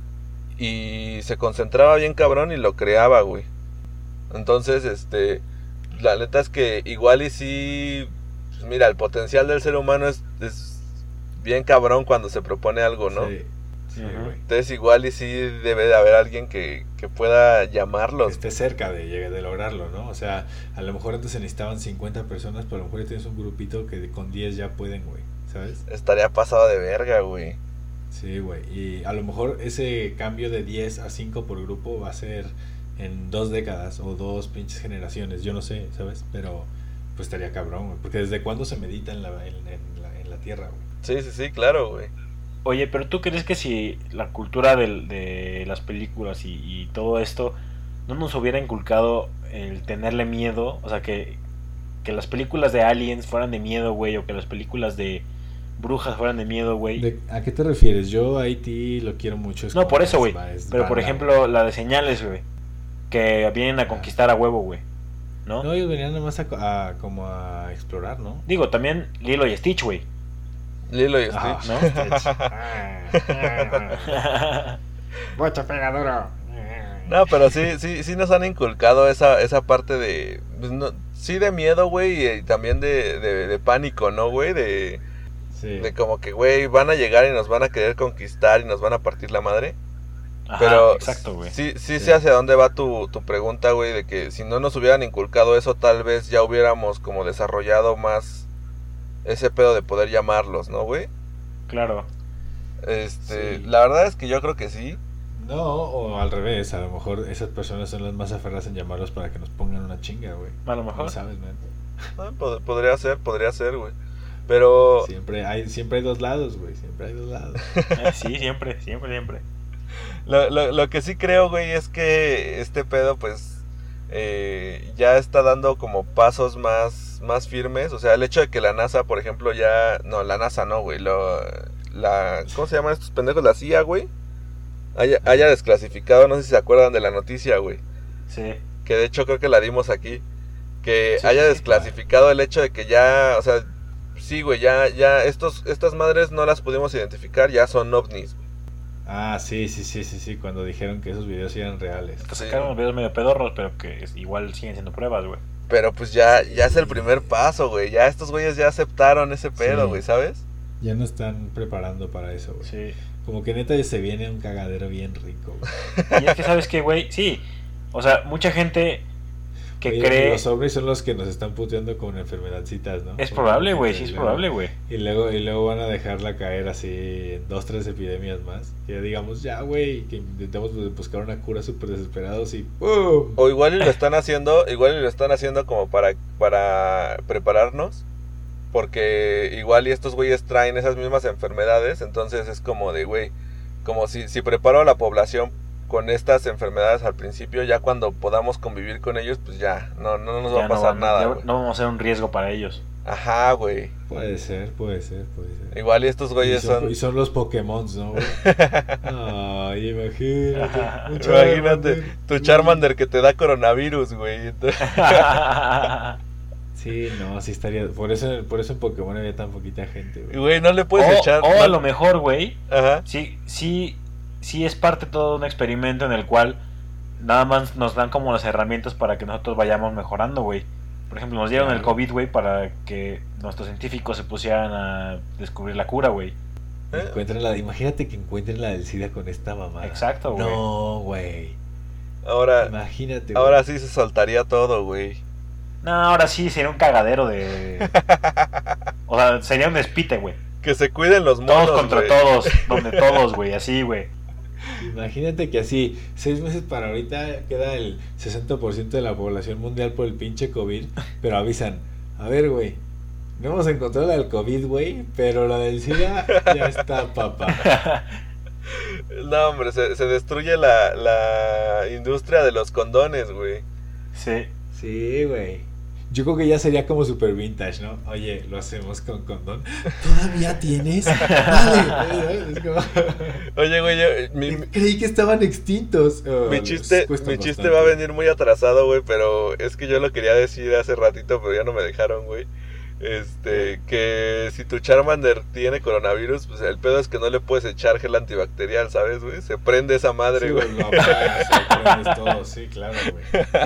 y se concentraba bien cabrón y lo creaba, güey. Entonces, este, la neta es que igual y sí, pues mira, el potencial del ser humano es, es bien cabrón cuando se propone algo, ¿no? Sí, sí, Ajá. güey. Entonces igual y sí debe de haber alguien que, que pueda Que llamarlos. esté cerca de, llegar- de lograrlo, ¿no? O sea, a lo mejor antes se necesitaban cincuenta personas, pero a lo mejor ya tienes un grupito que de- con diez ya pueden, güey, ¿sabes? Estaría pasado de verga, güey. Sí, güey. Y a lo mejor ese cambio de diez a cinco por grupo va a ser en dos décadas o dos pinches generaciones, yo no sé, ¿sabes? Pero pues estaría cabrón, güey. Porque ¿desde cuándo se medita en la, en, en la, en la Tierra, güey? Sí, sí, sí, claro, güey. Oye, pero ¿tú crees que si la cultura del- de las películas y, y todo esto no nos hubiera inculcado el tenerle miedo? O sea, que, que las películas de aliens fueran de miedo, güey, o que las películas de brujas fueran de miedo, güey. ¿De- ¿A qué te refieres? Yo a Haití lo quiero mucho. es No, como- por eso, güey. es- es Pero por banda, ejemplo, la de señales, güey, que vienen a conquistar a huevo, güey, ¿no? güey. No, ellos venían nada más a, a- como a explorar, ¿no? Digo, también Lilo y Stitch, güey, Lilo y Ajá. Stitch. ¿no? Bocha pega duro. No, pero sí, sí, sí nos han inculcado esa, esa parte de, pues, no, sí de miedo, güey, y, y también de, de, de pánico, ¿no, güey? De, Sí. de como que, güey, van a llegar y nos van a querer conquistar y nos van a partir la madre. Ajá, Pero exacto, güey. sí, sí, sí, hacia dónde va tu, tu pregunta, güey, de que si no nos hubieran inculcado eso, tal vez ya hubiéramos como desarrollado más ese pedo de poder llamarlos, ¿no, güey? Claro. Este, Sí. la verdad es que yo creo que sí. No, o al revés, a lo mejor esas personas son las más aferradas en llamarlos para que nos pongan una chinga, güey. A lo mejor. No sabes, man. Ah, pod- podría ser, podría ser, güey. Pero Siempre hay, siempre hay dos lados, güey. Siempre hay dos lados. Eh, sí, siempre, siempre, siempre. lo, lo, lo que sí creo, güey, es que este pedo, pues, eh, ya está dando como pasos más, más firmes. O sea, el hecho de que la NASA, por ejemplo, ya... No, la NASA no, güey. Lo, la, ¿cómo se llaman estos pendejos? La C I A, güey. Haya, haya desclasificado, no sé si se acuerdan de la noticia, güey. Sí. Que de hecho creo que la dimos aquí. Que Sí, haya sí, desclasificado el hecho de que ya, o sea, sí, güey, ya, ya, estos, estas madres no las pudimos identificar, ya son ovnis. Ah, sí, sí, sí, sí, sí. Cuando dijeron que esos videos eran reales. Te Sí. sacaron unos videos medio pedorros, pero que es- igual siguen siendo pruebas, güey. Pero pues ya, ya es el primer paso, güey. Ya estos güeyes ya aceptaron ese pedo, Sí. güey, ¿sabes? Ya no están preparando para eso, güey. Sí. Como que neta se viene un cagadero bien rico, güey. Y es que, ¿sabes qué, güey? Sí. O sea, mucha gente que Oye, cree... Los ovnis son los que nos están puteando con enfermedadcitas, ¿no? Es Con probable, güey, y sí es luego- probable, güey. Y luego, y luego van a dejarla caer así en dos, tres epidemias más. Que ya digamos, ya, güey, que intentemos buscar una cura súper desesperados y ¡pum! O igual y lo están haciendo, igual y lo están haciendo como para, para prepararnos. Porque igual y estos güeyes traen esas mismas enfermedades. Entonces es como de, güey, como si, si preparo a la población con estas enfermedades al principio, ya cuando podamos convivir con ellos, pues ya, no, no nos va Ya a pasar no, nada, ya güey. no vamos a ser un riesgo para ellos. Ajá, güey. Puede ser, puede ser, puede ser. Igual y estos Y güeyes son, son... y son los Pokémon, ¿no, güey? Ay, imagínate. un Imagínate, Charmander. tu Charmander que te da coronavirus, güey. Sí, no, sí estaría. Por eso, por eso en Pokémon había tan poquita gente, Y, güey. güey, no le puedes o, echar... o no- a lo mejor, güey, Ajá. sí, sí, sí es parte de todo un experimento en el cual nada más nos dan como las herramientas para que nosotros vayamos mejorando, güey. Por ejemplo, nos dieron Claro. el COVID, güey, para que nuestros científicos se pusieran a descubrir la cura, güey. ¿Eh? Encuentren la, imagínate que encuentren la del SIDA con esta mamada. Exacto, güey. No, güey. Ahora, Imagínate, ahora güey. sí se soltaría todo, güey. No, ahora sí sería un cagadero de... O sea, sería un despite, güey. Que se cuiden los monos, Todos contra güey. todos, donde todos, güey, así, güey. Imagínate que así, seis meses para ahorita queda el sesenta por ciento de la población mundial por el pinche COVID, pero avisan, a ver, güey, no hemos encontrado la del COVID, güey, pero la del SIDA ya está, papá. No, hombre, se, se destruye la, la industria de los condones, güey. Sí. Sí, güey. Yo creo que ya sería como super vintage, ¿no? Oye, lo hacemos con condón. ¿Todavía tienes? Vale. Es como... Oye, güey, yo- mi, mi- Creí que estaban extintos. Oh, mi les chiste, cuesta mi chiste bastante. va a venir muy atrasado, güey, pero es que yo lo quería decir hace ratito, pero ya no me dejaron, güey. Este, que si tu Charmander tiene coronavirus, pues el pedo es que no le puedes echar gel antibacterial, ¿sabes, güey? Se prende esa madre, Sí, güey. güey, lo apagas, lo prendes todo, sí, claro, güey.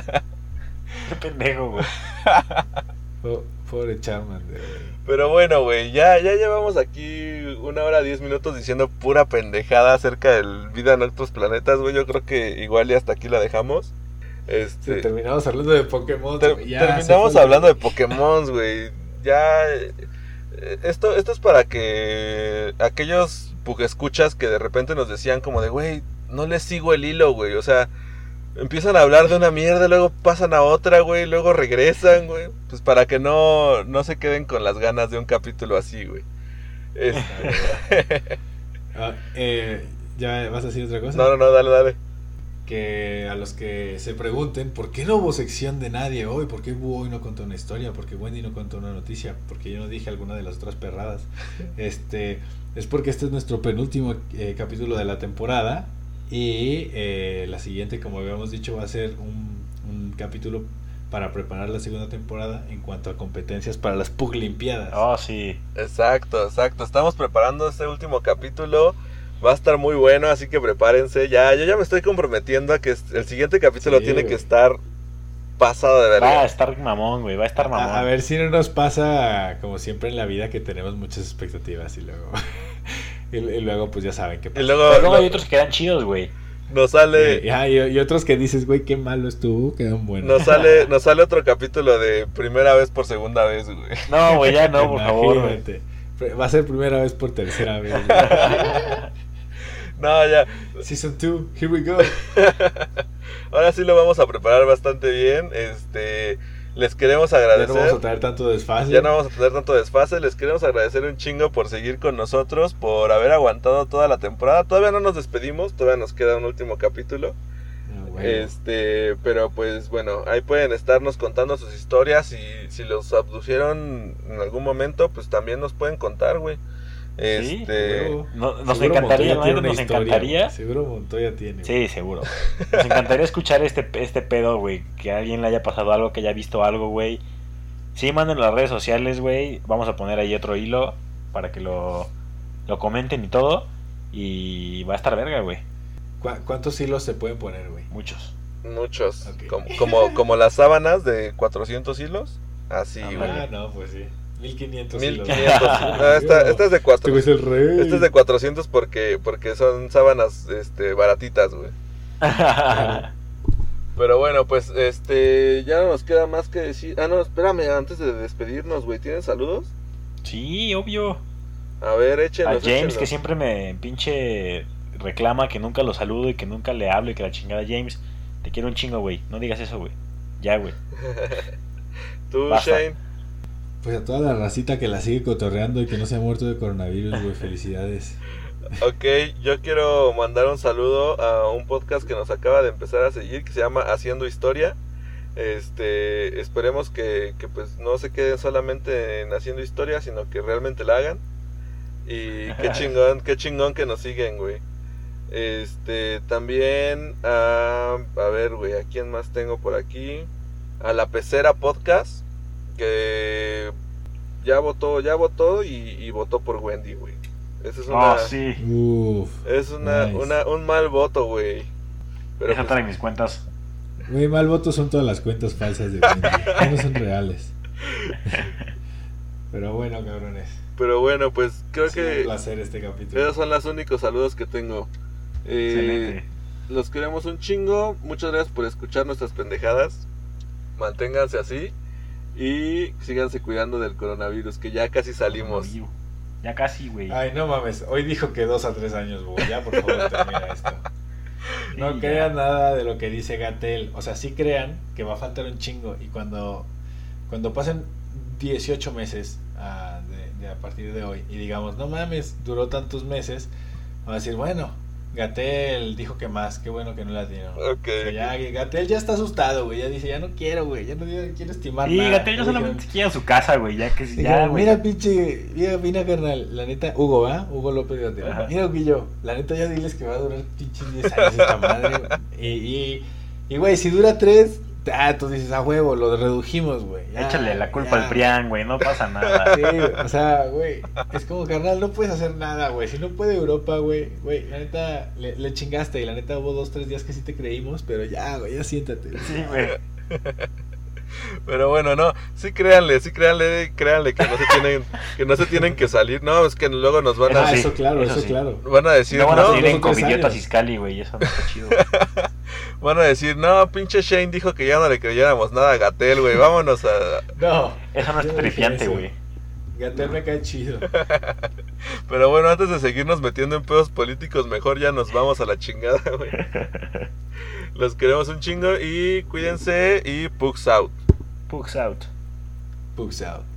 Qué pendejo, güey. Po- Pobre Charmander, güey. Pero bueno, güey, ya, ya llevamos aquí una hora diez minutos diciendo pura pendejada acerca de vida en otros planetas, güey. Yo creo que igual ya hasta aquí la dejamos. Este, Sí, terminamos hablando de Pokémon. ter- güey, ya, se terminamos fue el- hablando de Pokémon, güey. Ya, eh, esto, esto es para que aquellos escuchas que de repente nos decían como de, güey, no les sigo el hilo, güey. O sea, empiezan a hablar de una mierda, luego pasan a otra, güey, luego regresan, güey. Pues para que no, no se queden con las ganas de un capítulo así, güey. Es- Ah, eh, ¿Ya vas a decir otra cosa? No, no, no, dale, dale. Que a los que se pregunten ¿por qué no hubo sección de nadie hoy? ¿Por qué Búho hoy no contó una historia? ¿Por qué Wendy no contó una noticia? ¿Por qué yo no dije alguna de las otras perradas? Este, es porque este es nuestro penúltimo eh, capítulo de la temporada. Y eh, la siguiente, como habíamos dicho, va a ser un, un capítulo para preparar la segunda temporada en cuanto a competencias para las Puglimpiadas. Oh, sí. Exacto, exacto. Estamos preparando este último capítulo. Va a estar muy bueno, así que prepárense. Ya, yo ya me estoy comprometiendo a que el siguiente capítulo Sí, tiene güey. que estar pasado de Va a verga. estar mamón, güey. Va a estar mamón. A, a ver si no nos pasa como siempre en la vida que tenemos muchas expectativas y luego y, y luego pues ya saben qué pasa. Y luego, Pero luego lo- hay otros que quedan chidos, güey. Nos sale... Eh, ah, y, y otros que dices, güey, qué malo estuvo, quedan buenos. Nos sale, nos sale otro capítulo de primera vez por segunda vez, güey. No, güey, ya no, por favor, güey. Imagínate. Va a ser primera vez por tercera vez. No, ya. Season dos, here we go. Ahora sí lo vamos a preparar bastante bien. Este, les queremos Ya agradecer. no vamos a tener tanto desfase. Ya no vamos a tener tanto desfase. Les queremos agradecer un chingo por seguir con nosotros, por haber aguantado toda la temporada. Todavía no nos despedimos, todavía nos queda un último capítulo. Ah, bueno. Este, pero pues bueno, ahí pueden estarnos contando sus historias y si los abducieron en algún momento, pues también nos pueden contar, güey. Sí, Este, Seguro. No, nos Seguro encantaría, Montoya ¿no? tiene una Nos historia, encantaría. güey. Seguro Montoya tiene. güey. Sí, seguro. Nos encantaría escuchar este, este pedo, güey. Que a alguien le haya pasado algo, que haya visto algo, güey. Sí, manden las redes sociales, güey. Vamos a poner ahí otro hilo para que lo, lo comenten y todo. Y va a estar verga, güey. ¿Cu- ¿Cuántos hilos se pueden poner, güey? Muchos. muchos, Ok. como, como, como las sábanas de cuatrocientos hilos, así, Ah, güey. Ah, no, pues sí. mil quinientos mil hilos. quinientos. No, esta, esta es de Este güey cuatro. es el rey. Esta es de cuatrocientos porque, porque son sábanas, este, baratitas, güey. Pero bueno, pues, este, ya no nos queda más que decir. Ah, no, espérame, antes de despedirnos, güey, ¿tienen saludos? Sí, obvio. A ver, A échenlos, James, échenlos. que siempre me pinche reclama que nunca lo saludo y que nunca le hablo y que la chingada. James, te quiero un chingo, güey. No digas eso, güey. Ya, güey. Tú, Basta. Shane. Pues a toda la racita que la sigue cotorreando y que no se ha muerto de coronavirus, güey, felicidades. Ok, yo quiero mandar un saludo a un podcast que nos acaba de empezar a seguir, que se llama Haciendo Historia. Este, esperemos que, que pues no se queden solamente en haciendo historia, sino que realmente la hagan. Y qué chingón, qué chingón que nos siguen, güey. Este, también a, a ver, güey, ¿a quién más tengo por aquí? A La Pecera Podcast, que ya votó, ya votó y, y votó por Wendy, güey. Esa es una, Oh, sí. Uf. es una, Nice. una, un mal voto, güey. Pero Esa pues, trae mis cuentas. Güey, mal voto son todas las cuentas falsas de Wendy. Ya no son reales. Pero bueno, cabrones. pero bueno, pues creo Ha sido un que placer este capítulo. esos son los únicos saludos que tengo. Eh, Excelente. los queremos un chingo. Muchas gracias por escuchar nuestras pendejadas. Manténganse así. Y síganse cuidando del coronavirus, que ya casi salimos. Ya casi, güey. Ay, no mames. Hoy dijo que dos a tres años, güey. Ya, por favor, termina esto. No Sí, crean ya. nada de lo que dice Gatell. O sea, sí crean que va a faltar un chingo. Y cuando, cuando pasen dieciocho meses ah, de, de a partir de hoy y digamos, no mames, duró tantos meses, van a decir, bueno, Gatell dijo que más, qué bueno que no la tiene. Ok. Ya, Gatell ya está asustado, güey. Ya dice, ya no quiero, güey. Ya no quiero estimar Y nada. Gatell ya Dijeron- solamente se quiere a su casa, güey. Ya que ya, Dijeron, güey. mira, pinche, mira, mira, carnal, la neta, Hugo, ¿va? Hugo López Gatell. Ajá. Mira, Huguillo, la neta ya diles que va a durar pinches diez años esta madre. güey. Y, y, y, güey, si dura tres, ah, tú dices, a huevo, lo redujimos, güey. ya, Échale la culpa ya. al Prián, güey. No pasa nada. Sí, o sea, güey, es como, carnal, no puedes hacer nada, güey. Si no puede Europa, güey, güey, la neta, le, le chingaste. Y la neta hubo dos, tres días que sí te creímos, pero ya, güey, ya siéntate. Sí, güey. Pero bueno, no, sí créanle, sí créanle, créanle que no se tienen, que no se tienen que salir. No, es que luego nos van Ah, a, sí, eso claro, eso eso, sí. claro. van a decir, No van a no, salir dos en o tres Covidiotas años. Iscali, güey. Eso no está chido. van a decir, no, pinche Shane dijo que ya no le creyéramos nada a Gatell, güey, vámonos a... No. Eso no yo está dije trifiante, eso. güey. Gatell me cae chido. Pero bueno, antes de seguirnos metiendo en pedos políticos, mejor ya nos vamos a la chingada, güey. Los queremos un chingo y cuídense y pugs out. Pugs out. Pugs out.